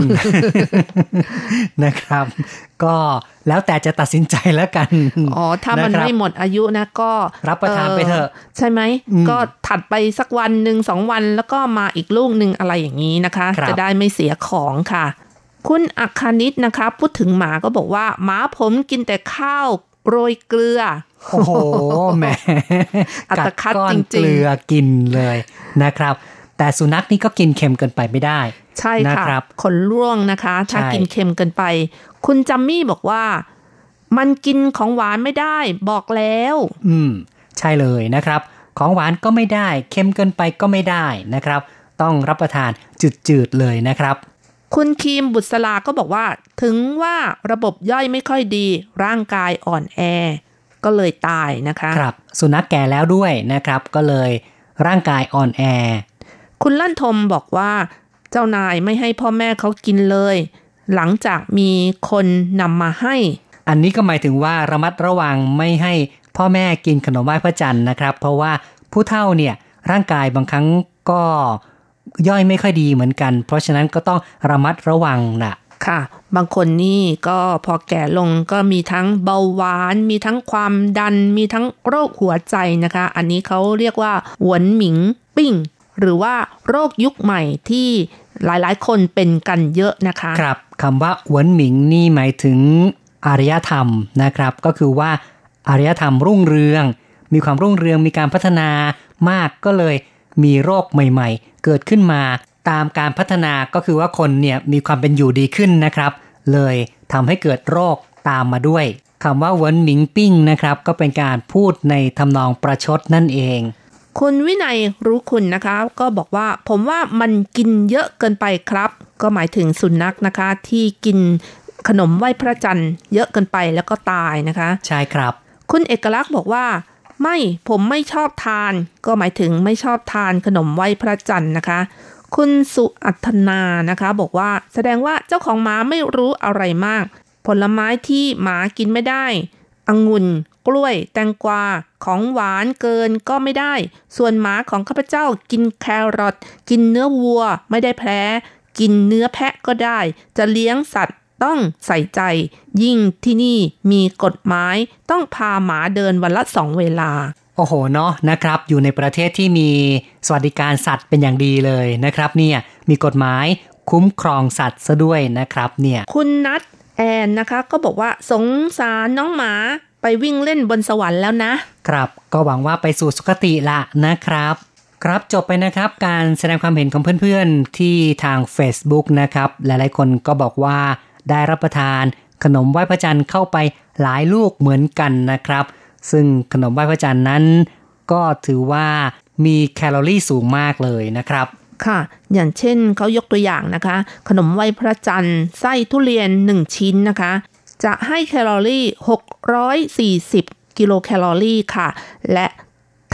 Speaker 4: นะครับก็แล้วแต่จะตัดสินใจแล้วกัน
Speaker 3: อ๋อถ้ามันไม่หมดอายุนะก็
Speaker 4: รับประทานไปเถอะ
Speaker 3: ใช่ไหมก็ถัดไปสักวันนึง2วันแล้วก็มาอีกลูกนึงอะไรอย่างนี้นะคะจะได้ไม่เสียของค่ะคุณอัคคณิตนะคะพูดถึงหมาก็บอกว่าหมาผมกินแต่ข้าวโรยเกลือ
Speaker 4: โอ้โหแหมกัดก้อนเกลือกินเลยนะครับแต่สุนัขนี่ก็กินเค็มเกินไปไม่ได้
Speaker 3: ใช่ค่ะขนร่วงนะคะถ้ากินเค็มเกินไปคุณจัมมี่บอกว่ามันกินของหวานไม่ได้บอกแล้ว
Speaker 4: ใช่เลยนะครับของหวานก็ไม่ได้เค็มเกินไปก็ไม่ได้นะครับต้องรับประทานจืดๆเลยนะครับ
Speaker 3: คุณคีมบุษราก็บอกว่าถึงว่าระบบย่อยไม่ค่อยดีร่างกายอ่อนแอก็เลยตายนะคะ
Speaker 4: ครับสุนัขแก่แล้วด้วยนะครับก็เลยร่างกายอ่อนแอ
Speaker 3: คุณลั่นทมบอกว่าเจ้านายไม่ให้พ่อแม่เขากินเลยหลังจากมีคนนำมาให้
Speaker 4: อันนี้ก็หมายถึงว่าระมัดระวังไม่ให้พ่อแม่กินขนมไหว้พระจันทร์นะครับเพราะว่าผู้เฒ่าเนี่ยร่างกายบางครั้งก็ย่อยไม่ค่อยดีเหมือนกันเพราะฉะนั้นก็ต้องระมัดระวังนะ
Speaker 3: ค่ะบางคนนี่ก็พอแก่ลงก็มีทั้งเบาหวานมีทั้งความดันมีทั้งโรคหัวใจนะคะอันนี้เขาเรียกว่าหวนหมิงปิ้งหรือว่าโรคยุคใหม่ที่หลายๆคนเป็นกันเยอะนะคะ
Speaker 4: ครับคำว่าหวนหมิงนี่หมายถึงอารยธรรมนะครับก็คือว่าอารยธรรมรุ่งเรืองมีความรุ่งเรืองมีการพัฒนามากก็เลยมีโรคใหม่ๆเกิดขึ้นมาตามการพัฒนาก็คือว่าคนเนี่ยมีความเป็นอยู่ดีขึ้นนะครับเลยทำให้เกิดโรคตามมาด้วยคำว่าเหวินหมิงปิ้งนะครับก็เป็นการพูดในทำนองประชดนั่นเอง
Speaker 3: คุณวินัยรู้คุณนะคะก็บอกว่าผมว่ามันกินเยอะเกินไปครับก็หมายถึงสุนัขนะคะที่กินขนมไหว้พระจันทร์เยอะเกินไปแล้วก็ตายนะคะ
Speaker 4: ใช่ครับ
Speaker 3: คุณเอกลักษณ์บอกว่าไม่ผมไม่ชอบทานก็หมายถึงไม่ชอบทานขนมไหว้พระจันทร์นะคะคุณสุอัธนานะคะบอกว่าแสดงว่าเจ้าของหมาไม่รู้อะไรมากผลไม้ที่หมากินไม่ได้องุ่นกล้วยแตงกวาของหวานเกินก็ไม่ได้ส่วนหมาของข้าพเจ้ากินแครอทกินเนื้อวัวไม่ได้แพ้กินเนื้อแพะก็ได้จะเลี้ยงสัตว์ต้องใส่ใจยิ่งที่นี่มีกฎหมายต้องพาหมาเดินวันละ2เวลา
Speaker 4: โอ้โหเนาะนะครับอยู่ในประเทศที่มีสวัสดิการสัตว์เป็นอย่างดีเลยนะครับเนี่ยมีกฎหมายคุ้มครองสัตว์ซะด้วยนะครับเนี่ย
Speaker 3: คุณนัทแอนนะคะก็บอกว่าสงสารน้องหมาไปวิ่งเล่นบนสวรรค์แล้วนะครับ
Speaker 4: ก็หวังว่าไปสู่สุคติละนะครับครับจบไปนะครับการแสดงความเห็นของเพื่อนๆที่ทาง Facebook นะครับหลายๆคนก็บอกว่าได้รับประทานขนมไหว้พระจันทร์เข้าไปหลายลูกเหมือนกันนะครับซึ่งขนมไหว้พระจันทร์นั้นก็ถือว่ามีแคลอรี่สูงมากเลยนะครับ
Speaker 3: ค่ะอย่างเช่นเขายกตัวอย่างนะคะขนมไหว้พระจันทร์ไส้ทุเรียน1ชิ้นนะคะจะให้แคลอรี่640กิโลแคลอรี่ค่ะและท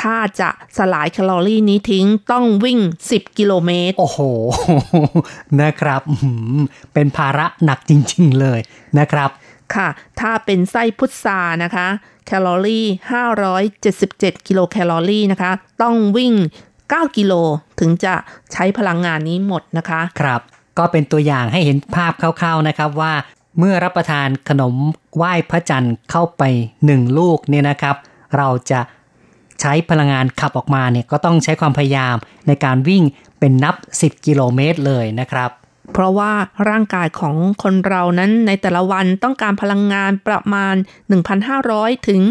Speaker 3: ถ้าจะสลายแคลอรี่นี้ทิ้งต้องวิ่ง10 กิโลเมตร
Speaker 4: โอ้โหนะครับเป็นภาระหนักจริงๆเลยนะครับ
Speaker 3: ค่ะถ้าเป็นไส้พุทรานะคะแคลอรี่577กิโลแคลอรี่นะคะต้องวิ่ง9 กิโลถึงจะใช้พลังงานนี้หมดนะคะ
Speaker 4: ครับก็เป็นตัวอย่างให้เห็นภาพคร่าวๆนะครับว่าเมื่อรับประทานขนมไหว้พระจันทร์เข้าไป1ลูกเนี่ยนะครับเราจะใช้พลังงานขับออกมาเนี่ยก็ต้องใช้ความพยายามในการวิ่งเป็นนับ10 กิโลเมตรเลยนะครับ
Speaker 3: เพราะว่าร่างกายของคนเรานั้นในแต่ละวันต้องการพลังงานประมาณ 1,500 ถึง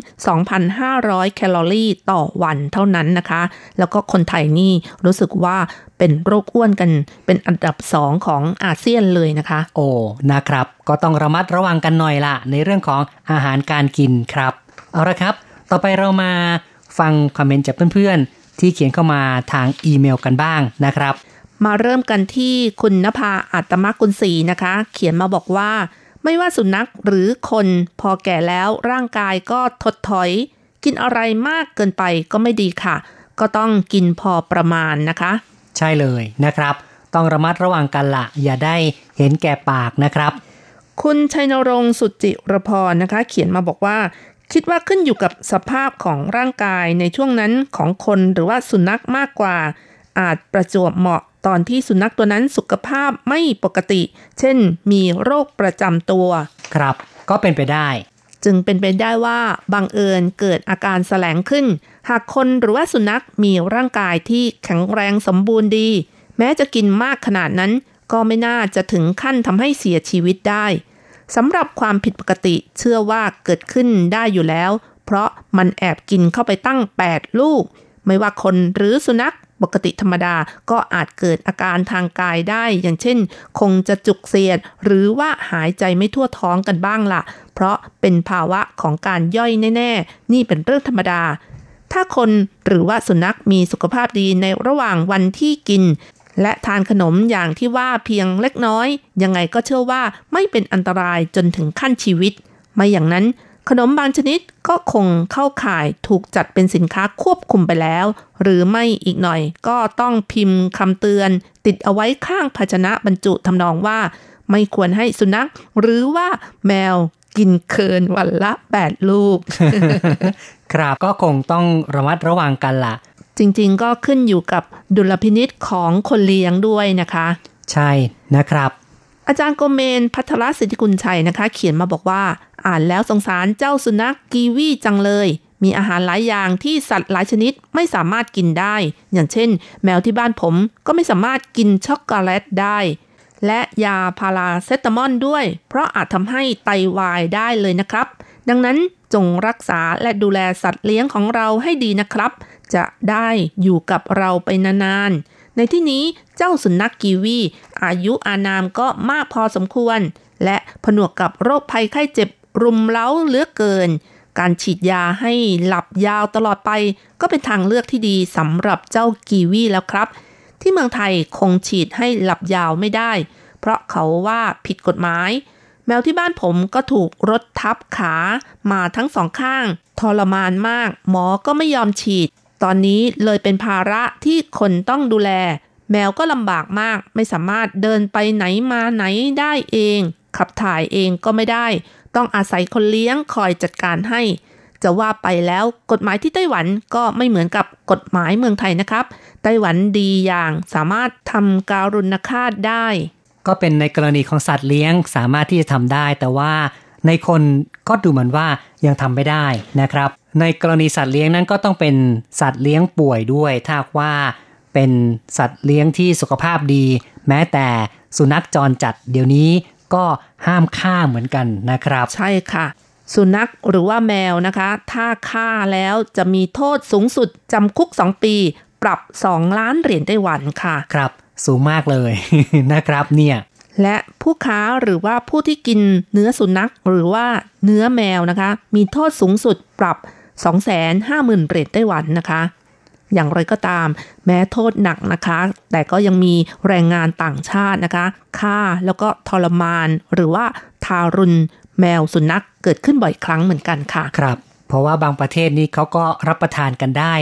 Speaker 3: 2,500 แคลอรี่ต่อวันเท่านั้นนะคะแล้วก็คนไทยนี่รู้สึกว่าเป็นโรคอ้วนกันเป็นอันดับ2ของอาเซียนเลยนะคะ
Speaker 4: โอ้นะครับก็ต้องระมัดระวังกันหน่อยล่ะในเรื่องของอาหารการกินครับเอาละครับต่อไปเรามาฟังคอมเมนต์จากเพื่อนๆที่เขียนเข้ามาทางอีเมลกันบ้างนะครับ
Speaker 3: มาเริ่มกันที่คุณณภาอัตมกุลศรีนะคะเขียนมาบอกว่าไม่ว่าสุนัขหรือคนพอแก่แล้วร่างกายก็ถดถอยกินอะไรมากเกินไปก็ไม่ดีค่ะก็ต้องกินพอประมาณนะคะ
Speaker 4: ใช่เลยนะครับต้องระมัดระวังกันละอย่าได้เห็นแก่ปากนะครับ
Speaker 3: คุณชัยนรงค์สุจิรพรนะคะเขียนมาบอกว่าคิดว่าขึ้นอยู่กับสภาพของร่างกายในช่วงนั้นของคนหรือว่าสุนัขมากกว่าอาจประจวบเหมาะตอนที่สุนัขตัวนั้นสุขภาพไม่ปกติเช่นมีโรคประจำตัว
Speaker 4: ครับก็เป็นไปได้
Speaker 3: จึงเป็นไปได้ว่าบังเอิญเกิดอาการแสลงขึ้นหากคนหรือว่าสุนัขมีร่างกายที่แข็งแรงสมบูรณ์ดีแม้จะกินมากขนาดนั้นก็ไม่น่าจะถึงขั้นทำให้เสียชีวิตได้สำหรับความผิดปกติเชื่อว่าเกิดขึ้นได้อยู่แล้วเพราะมันแอบกินเข้าไปตั้ง8ลูกไม่ว่าคนหรือสุนัขปกติธรรมดาก็อาจเกิดอาการทางกายได้อย่างเช่นคงจะจุกเสียดหรือว่าหายใจไม่ทั่วท้องกันบ้างล่ะเพราะเป็นภาวะของการย่อยแน่ๆนี่เป็นเรื่องธรรมดาถ้าคนหรือว่าสุนัขมีสุขภาพดีในระหว่างวันที่กินและทานขนมอย่างที่ว่าเพียงเล็กน้อยยังไงก็เชื่อว่าไม่เป็นอันตรายจนถึงขั้นชีวิตไม่อย่างนั้นขนมบางชนิดก็คงเข้าข่ายถูกจัดเป็นสินค้าควบคุมไปแล้วหรือไม่อีกหน่อยก็ต้องพิมพ์คำเตือนติดเอาไว้ข้างภาชนะบรรจุทำนองว่าไม่ควรให้สุนัขหรือว่าแมวกินเกินวันละ8ลูก
Speaker 4: ครับก็คงต้องระมัดระวังกันล่ะ
Speaker 3: จริงๆก็ขึ้นอยู่กับดุลพินิจของคนเลี้ยงด้วยนะคะ
Speaker 4: ใช่นะครับ
Speaker 3: อาจารย์โกเมนภัทรสิทธิกุลชัยนะคะเขียนมาบอกว่าอ่านแล้วสงสารเจ้าสุนัขกีวีจังเลยมีอาหารหลายอย่างที่สัตว์หลายชนิดไม่สามารถกินได้อย่างเช่นแมวที่บ้านผมก็ไม่สามารถกินช็อกโกแลตได้และยาพาราเซตามอลด้วยเพราะอาจทำให้ไตวายได้เลยนะครับดังนั้นจงรักษาและดูแลสัตว์เลี้ยงของเราให้ดีนะครับจะได้อยู่กับเราไปนานๆในที่นี้เจ้าสุนัขกีวีอายุอานามก็มากพอสมควรและผนวกกับโรคภัยไข้เจ็บรุมเร้าเหลือเกินการฉีดยาให้หลับยาวตลอดไปก็เป็นทางเลือกที่ดีสำหรับเจ้ากีวีแล้วครับที่เมืองไทยคงฉีดให้หลับยาวไม่ได้เพราะเขาว่าผิดกฎหมายแมวที่บ้านผมก็ถูกรถทับขามาทั้งสองข้างทรมานมากหมอก็ไม่ยอมฉีดตอนนี้เลยเป็นภาระที่คนต้องดูแลแมวก็ลำบากมากไม่สามารถเดินไปไหนมาไหนได้เองขับถ่ายเองก็ไม่ได้ต้องอาศัยคนเลี้ยงคอยจัดการให้จะว่าไปแล้วกฎหมายที่ไต้หวันก็ไม่เหมือนกับกฎหมายเมืองไทยนะครับไต้หวันดีอย่างสามารถทำการุณฆาตได้
Speaker 4: ก็เป็นในกรณีของสัตว์เลี้ยงสามารถที่จะทำได้แต่ว่าในคนก็ดูเหมือนว่ายังทำไม่ได้นะครับในกรณีสัตว์เลี้ยงนั้นก็ต้องเป็นสัตว์เลี้ยงป่วยด้วยถ้าว่าเป็นสัตว์เลี้ยงที่สุขภาพดีแม้แต่สุนัขจรจัดเดี๋ยวนี้ก็ห้ามฆ่าเหมือนกันนะครับ
Speaker 3: ใช่ค่ะสุนัขหรือว่าแมวนะคะถ้าฆ่าแล้วจะมีโทษสูงสุดจำคุก2ปีปรับ2 ล้านเหรียญไต้หวันค่ะ
Speaker 4: ครับสูงมากเลย นะครับเนี่ย
Speaker 3: และผู้ค้าหรือว่าผู้ที่กินเนื้อสุนัขหรือว่าเนื้อแมวนะคะมีโทษสูงสุดปรับ 250,000 เหรียญไต้หวันนะคะอย่างไรก็ตามแม้โทษหนักนะคะแต่ก็ยังมีแรงงานต่างชาตินะคะฆ่าแล้วก็ทรมานหรือว่าทารุณแมวสุนัขเกิดขึ้นบ่อยครั้งเหมือนกันค่ะ
Speaker 4: ครับเพราะว่าบางประเทศนี้เขาก็รับประทานกันได้อะ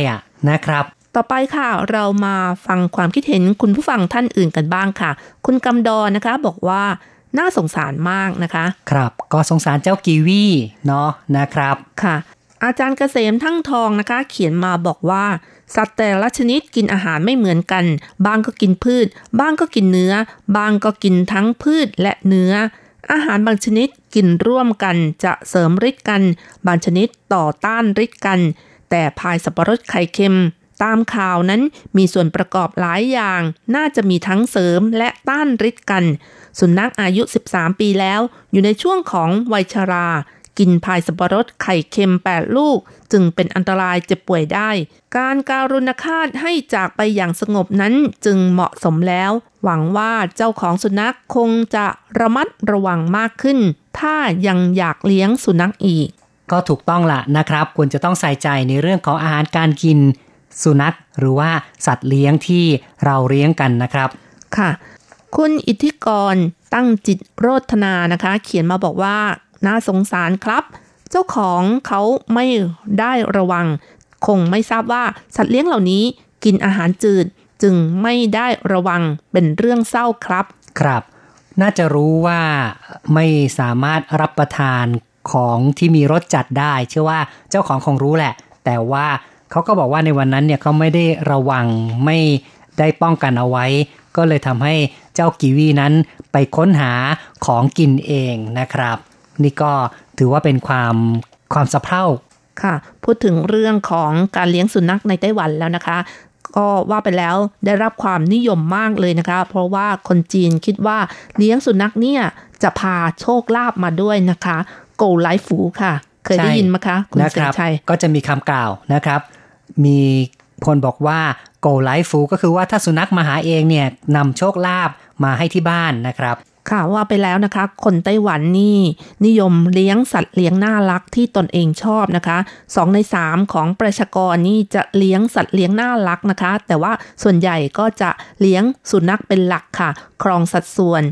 Speaker 4: นะครับ
Speaker 3: ต่อไปค่ะเรามาฟังความคิดเห็นคุณผู้ฟังท่านอื่นกันบ้างค่ะคุณกำดรนะคะบอกว่าน่าสงสารมากนะคะ
Speaker 4: ครับก็สงสารเจ้ากีวีเนาะนะครับ
Speaker 3: ค่ะอาจารย์เกษมทั้งทองนะคะเขียนมาบอกว่าสัตว์แต่ละชนิดกินอาหารไม่เหมือนกันบางก็กินพืชบางก็กินเนื้อบางก็กินทั้งพืชและเนื้ออาหารบางชนิดกินร่วมกันจะเสริมฤทธิ์กันบางชนิดต่อต้านฤทธิ์กันแต่พายสับปะรดไข่เค็มตามข่าวนั้นมีส่วนประกอบหลายอย่างน่าจะมีทั้งเสริมและต้านฤทธิ์กันสุนัขอายุ13ปีแล้วอยู่ในช่วงของวัยชรากินพายสับปะรดไข่เค็ม8ลูกจึงเป็นอันตรายเจ็บป่วยได้การการุณฆาตให้จากไปอย่างสงบนั้นจึงเหมาะสมแล้วหวังว่าเจ้าของสุนัขคงจะระมัดระวังมากขึ้นถ้ายังอยากเลี้ยงสุนัขอีก
Speaker 4: ก็ถูกต้องล่ะนะครับควรจะต้องใส่ใจในเรื่องของอาหารการกินสุนัขหรือว่าสัตว์เลี้ยงที่เราเลี้ยงกันนะครับ
Speaker 3: ค่ะคุณอิทธิกรตั้งจิตโรธนานะคะเขียนมาบอกว่าน่าสงสารครับเจ้าของเขาไม่ได้ระวังคงไม่ทราบว่าสัตว์เลี้ยงเหล่านี้กินอาหารจืดจึงไม่ได้ระวังเป็นเรื่องเศร้าครับ
Speaker 4: ครับน่าจะรู้ว่าไม่สามารถรับประทานของที่มีรสจัดได้เชื่อว่าเจ้าของคงรู้แหละแต่ว่าเขาก็บอกว่าในวันนั้นเนี่ยเขาไม่ได้ระวังไม่ได้ป้องกันเอาไว้ก็เลยทำให้เจ้ากีวีนั้นไปค้นหาของกินเองนะครับนี่ก็ถือว่าเป็นความสะเพร่า
Speaker 3: ค่ะพูดถึงเรื่องของการเลี้ยงสุนัขในไต้หวันแล้วนะคะก็ว่าไปแล้วได้รับความนิยมมากเลยนะคะเพราะว่าคนจีนคิดว่าเลี้ยงสุนัขเนี่ยจะพาโชคลาภมาด้วยนะคะโกไลฟูค่ะเคยได้ยินไหมคะคุณเสรีชัย
Speaker 4: ก็จะมีคำกล่าวนะครับมีคนบอกว่าโกไลฟูก็คือว่าถ้าสุนัขมาหาเองเนี่ยนำโชคลาภมาให้ที่บ้านนะครับ
Speaker 3: ค่ะว่าไปแล้วนะคะคนไต้หวันนี่นิยมเลี้ยงสัตว์เลี้ยงน่ารักที่ตนเองชอบนะคะ2ใน3ของประชากรนี่จะเลี้ยงสัตว์เลี้ยงน่ารักนะคะแต่ว่าส่วนใหญ่ก็จะเลี้ยงสุนัขเป็นหลักค่ะครองสัดส่วน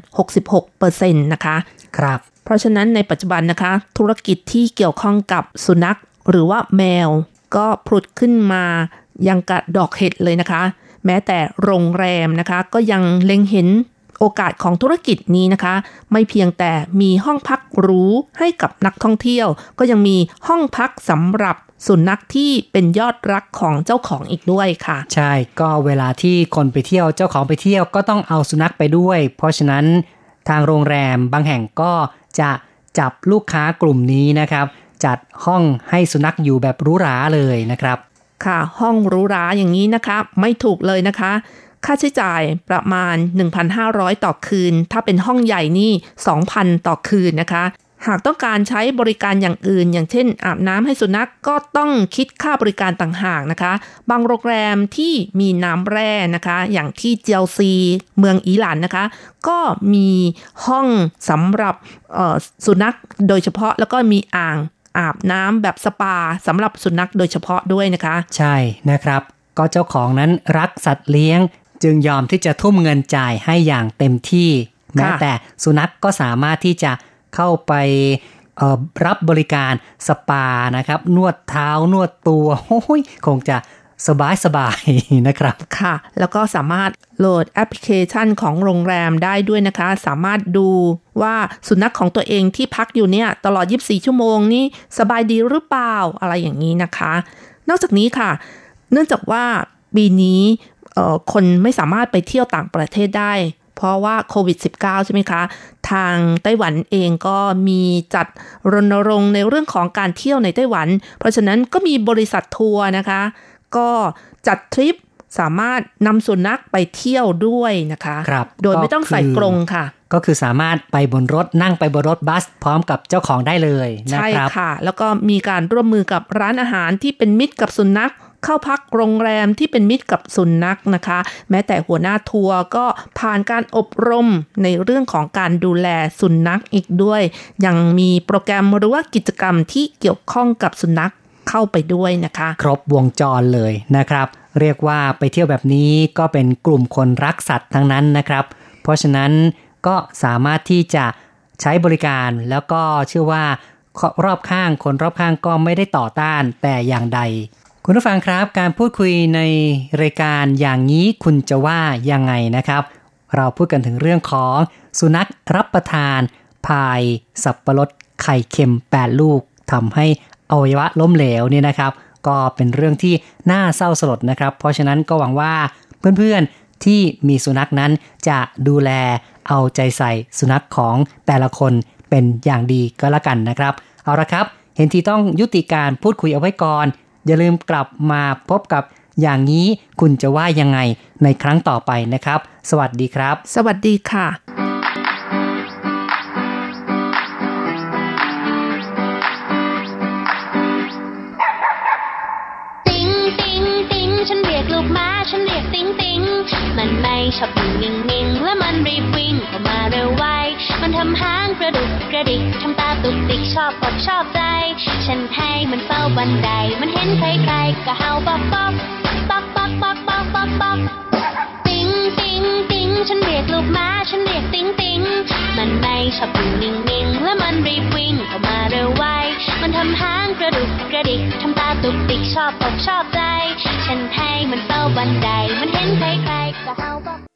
Speaker 3: 66% นะคะ
Speaker 4: ครับ
Speaker 3: เพราะฉะนั้นในปัจจุบันนะคะธุรกิจที่เกี่ยวข้องกับสุนัขหรือว่าแมวก็ผุดขึ้นมายังกระดอกเห็ดเลยนะคะแม้แต่โรงแรมนะคะก็ยังเล็งเห็นโอกาสของธุรกิจนี้นะคะไม่เพียงแต่มีห้องพักหรูให้กับนักท่องเที่ยวก็ยังมีห้องพักสำหรับสุนัขที่เป็นยอดรักของเจ้าของอีกด้วยค่ะ
Speaker 4: ใช่ก็เวลาที่คนไปเที่ยวเจ้าของไปเที่ยวก็ต้องเอาสุนัขไปด้วยเพราะฉะนั้นทางโรงแรมบางแห่งก็จะจับลูกค้ากลุ่มนี้นะครับจัดห้องให้สุนัขอยู่แบบหรูหราเลยนะครับ
Speaker 3: ค่ะห้องหรูหราอย่างนี้นะคะไม่ถูกเลยนะคะค่าใช้จ่ายประมาณ 1,500 ต่อคืนถ้าเป็นห้องใหญ่นี่ 2,000 ต่อคืนนะคะหากต้องการใช้บริการอย่างอื่นอย่างเช่นอาบน้ำให้สุนัข ก็ต้องคิดค่าบริการต่างหากนะคะบางโรงแรมที่มีน้ำแร่นะคะอย่างที่เจียวซีเมืองอีหลันนะคะก็มีห้องสำหรับสุนัขโดยเฉพาะแล้วก็มีอ่างอาบน้ำแบบสปาสำหรับสุนัขโดยเฉพาะด้วยนะคะ
Speaker 4: ใช่นะครับก็เจ้าของนั้นรักสัตว์เลี้ยงจึงยอมที่จะทุ่มเงินจ่ายให้อย่างเต็มที่แม้แต่สุนัขก็สามารถที่จะเข้าไปรับบริการสปานะครับนวดเท้านวดตัวโอ้ยคงจะสบายนะครับ
Speaker 3: ค่ะแล้วก็สามารถโหลดแอปพลิเคชันของโรงแรมได้ด้วยนะคะสามารถดูว่าสุนัขของตัวเองที่พักอยู่เนี่ยตลอด24ชั่วโมงนี้สบายดีหรือเปล่าอะไรอย่างนี้นะคะนอกจากนี้ค่ะเนื่องจากว่าปีนี้คนไม่สามารถไปเที่ยวต่างประเทศได้เพราะว่าโควิด -19 ใช่ไหมคะทางไต้หวันเองก็มีจัดรณรงค์ในเรื่องของการเที่ยวในไต้หวันเพราะฉะนั้นก็มีบริษัททัวร์นะคะก็จัดทริปสามารถนำสุนัขไปเที่ยวด้วยนะคะโดยไม่ต้องใส่กรงค่ะ
Speaker 4: ก็คือสามารถไปบนรถนั่งไปบนรถบัสพร้อมกับเจ้าของได้เลยนะครับ
Speaker 3: ใช่ค่ะแล้วก็มีการร่วมมือกับร้านอาหารที่เป็นมิตรกับสุนัขเข้าพักโรงแรมที่เป็นมิตรกับสุนัขนะคะแม้แต่หัวหน้าทัวร์ก็ผ่านการอบรมในเรื่องของการดูแลสุนัขอีกด้วยยังมีโปรแกรมหรือว่ากิจกรรมที่เกี่ยวข้องกับสุนัขเข้าไปด้วยนะคะ
Speaker 4: ครบวงจรเลยนะครับเรียกว่าไปเที่ยวแบบนี้ก็เป็นกลุ่มคนรักสัตว์ทั้งนั้นนะครับเพราะฉะนั้นก็สามารถที่จะใช้บริการแล้วก็เชื่อว่ารอบข้างคนรอบข้างก็ไม่ได้ต่อต้านแต่อย่างใดคุณผู้ฟังครับการพูดคุยในรายการอย่างนี้คุณจะว่ายังไงนะครับเราพูดกันถึงเรื่องของสุนัขรับประทานพายสับปะรดไข่เค็ม8ลูกทำให้อวัยวะล้มเหลวเนี่ยนะครับก็เป็นเรื่องที่น่าเศร้าสลดนะครับเพราะฉะนั้นก็หวังว่าเพื่อนๆที่มีสุนัขนั้นจะดูแลเอาใจใส่สุนัขของแต่ละคนเป็นอย่างดีก็แล้วกันนะครับเอาละครับเห็นทีต้องยุติการพูดคุยเอาไว้ก่อนอย่าลืมกลับมาพบกับอย่างนี้คุณจะว่ายังไงในครั้งต่อไปนะครับสวัสดีครับ
Speaker 3: สวัสดีค่ะ
Speaker 6: ติ๊งติ๊งติ๊งฉันเรียกลูกม้าฉันเรียกติ๊งติ๊งมันไม่ชอบอยู่นิ่งๆและมันรีบวิ่งเข้ามาเร็วไวมันทำหางกระดุกกระดิกทำตาตุกติกชอบอกชอบใจฉันให้มันเฝ้าบันไดมันเห็นใครๆก็เห่าป๊อกป๊อกป๊อกป๊อกป๊อกป๊อกป๊อกป๊อกติ๊งติ๊งติ๊งฉันเรียกลูกม้าฉันเรียกติ๊งติ๊งมันไม่ชอบอยู่นิ่งๆและมันรีบวิ่งเข้ามาเร็วไวมันทำหางกระดุกกระดิกทำตาตุกติกชอบอกชอบใจฉันให้มันเฝ้าบันไดมันเห็นใครๆก็เห่าป๊อก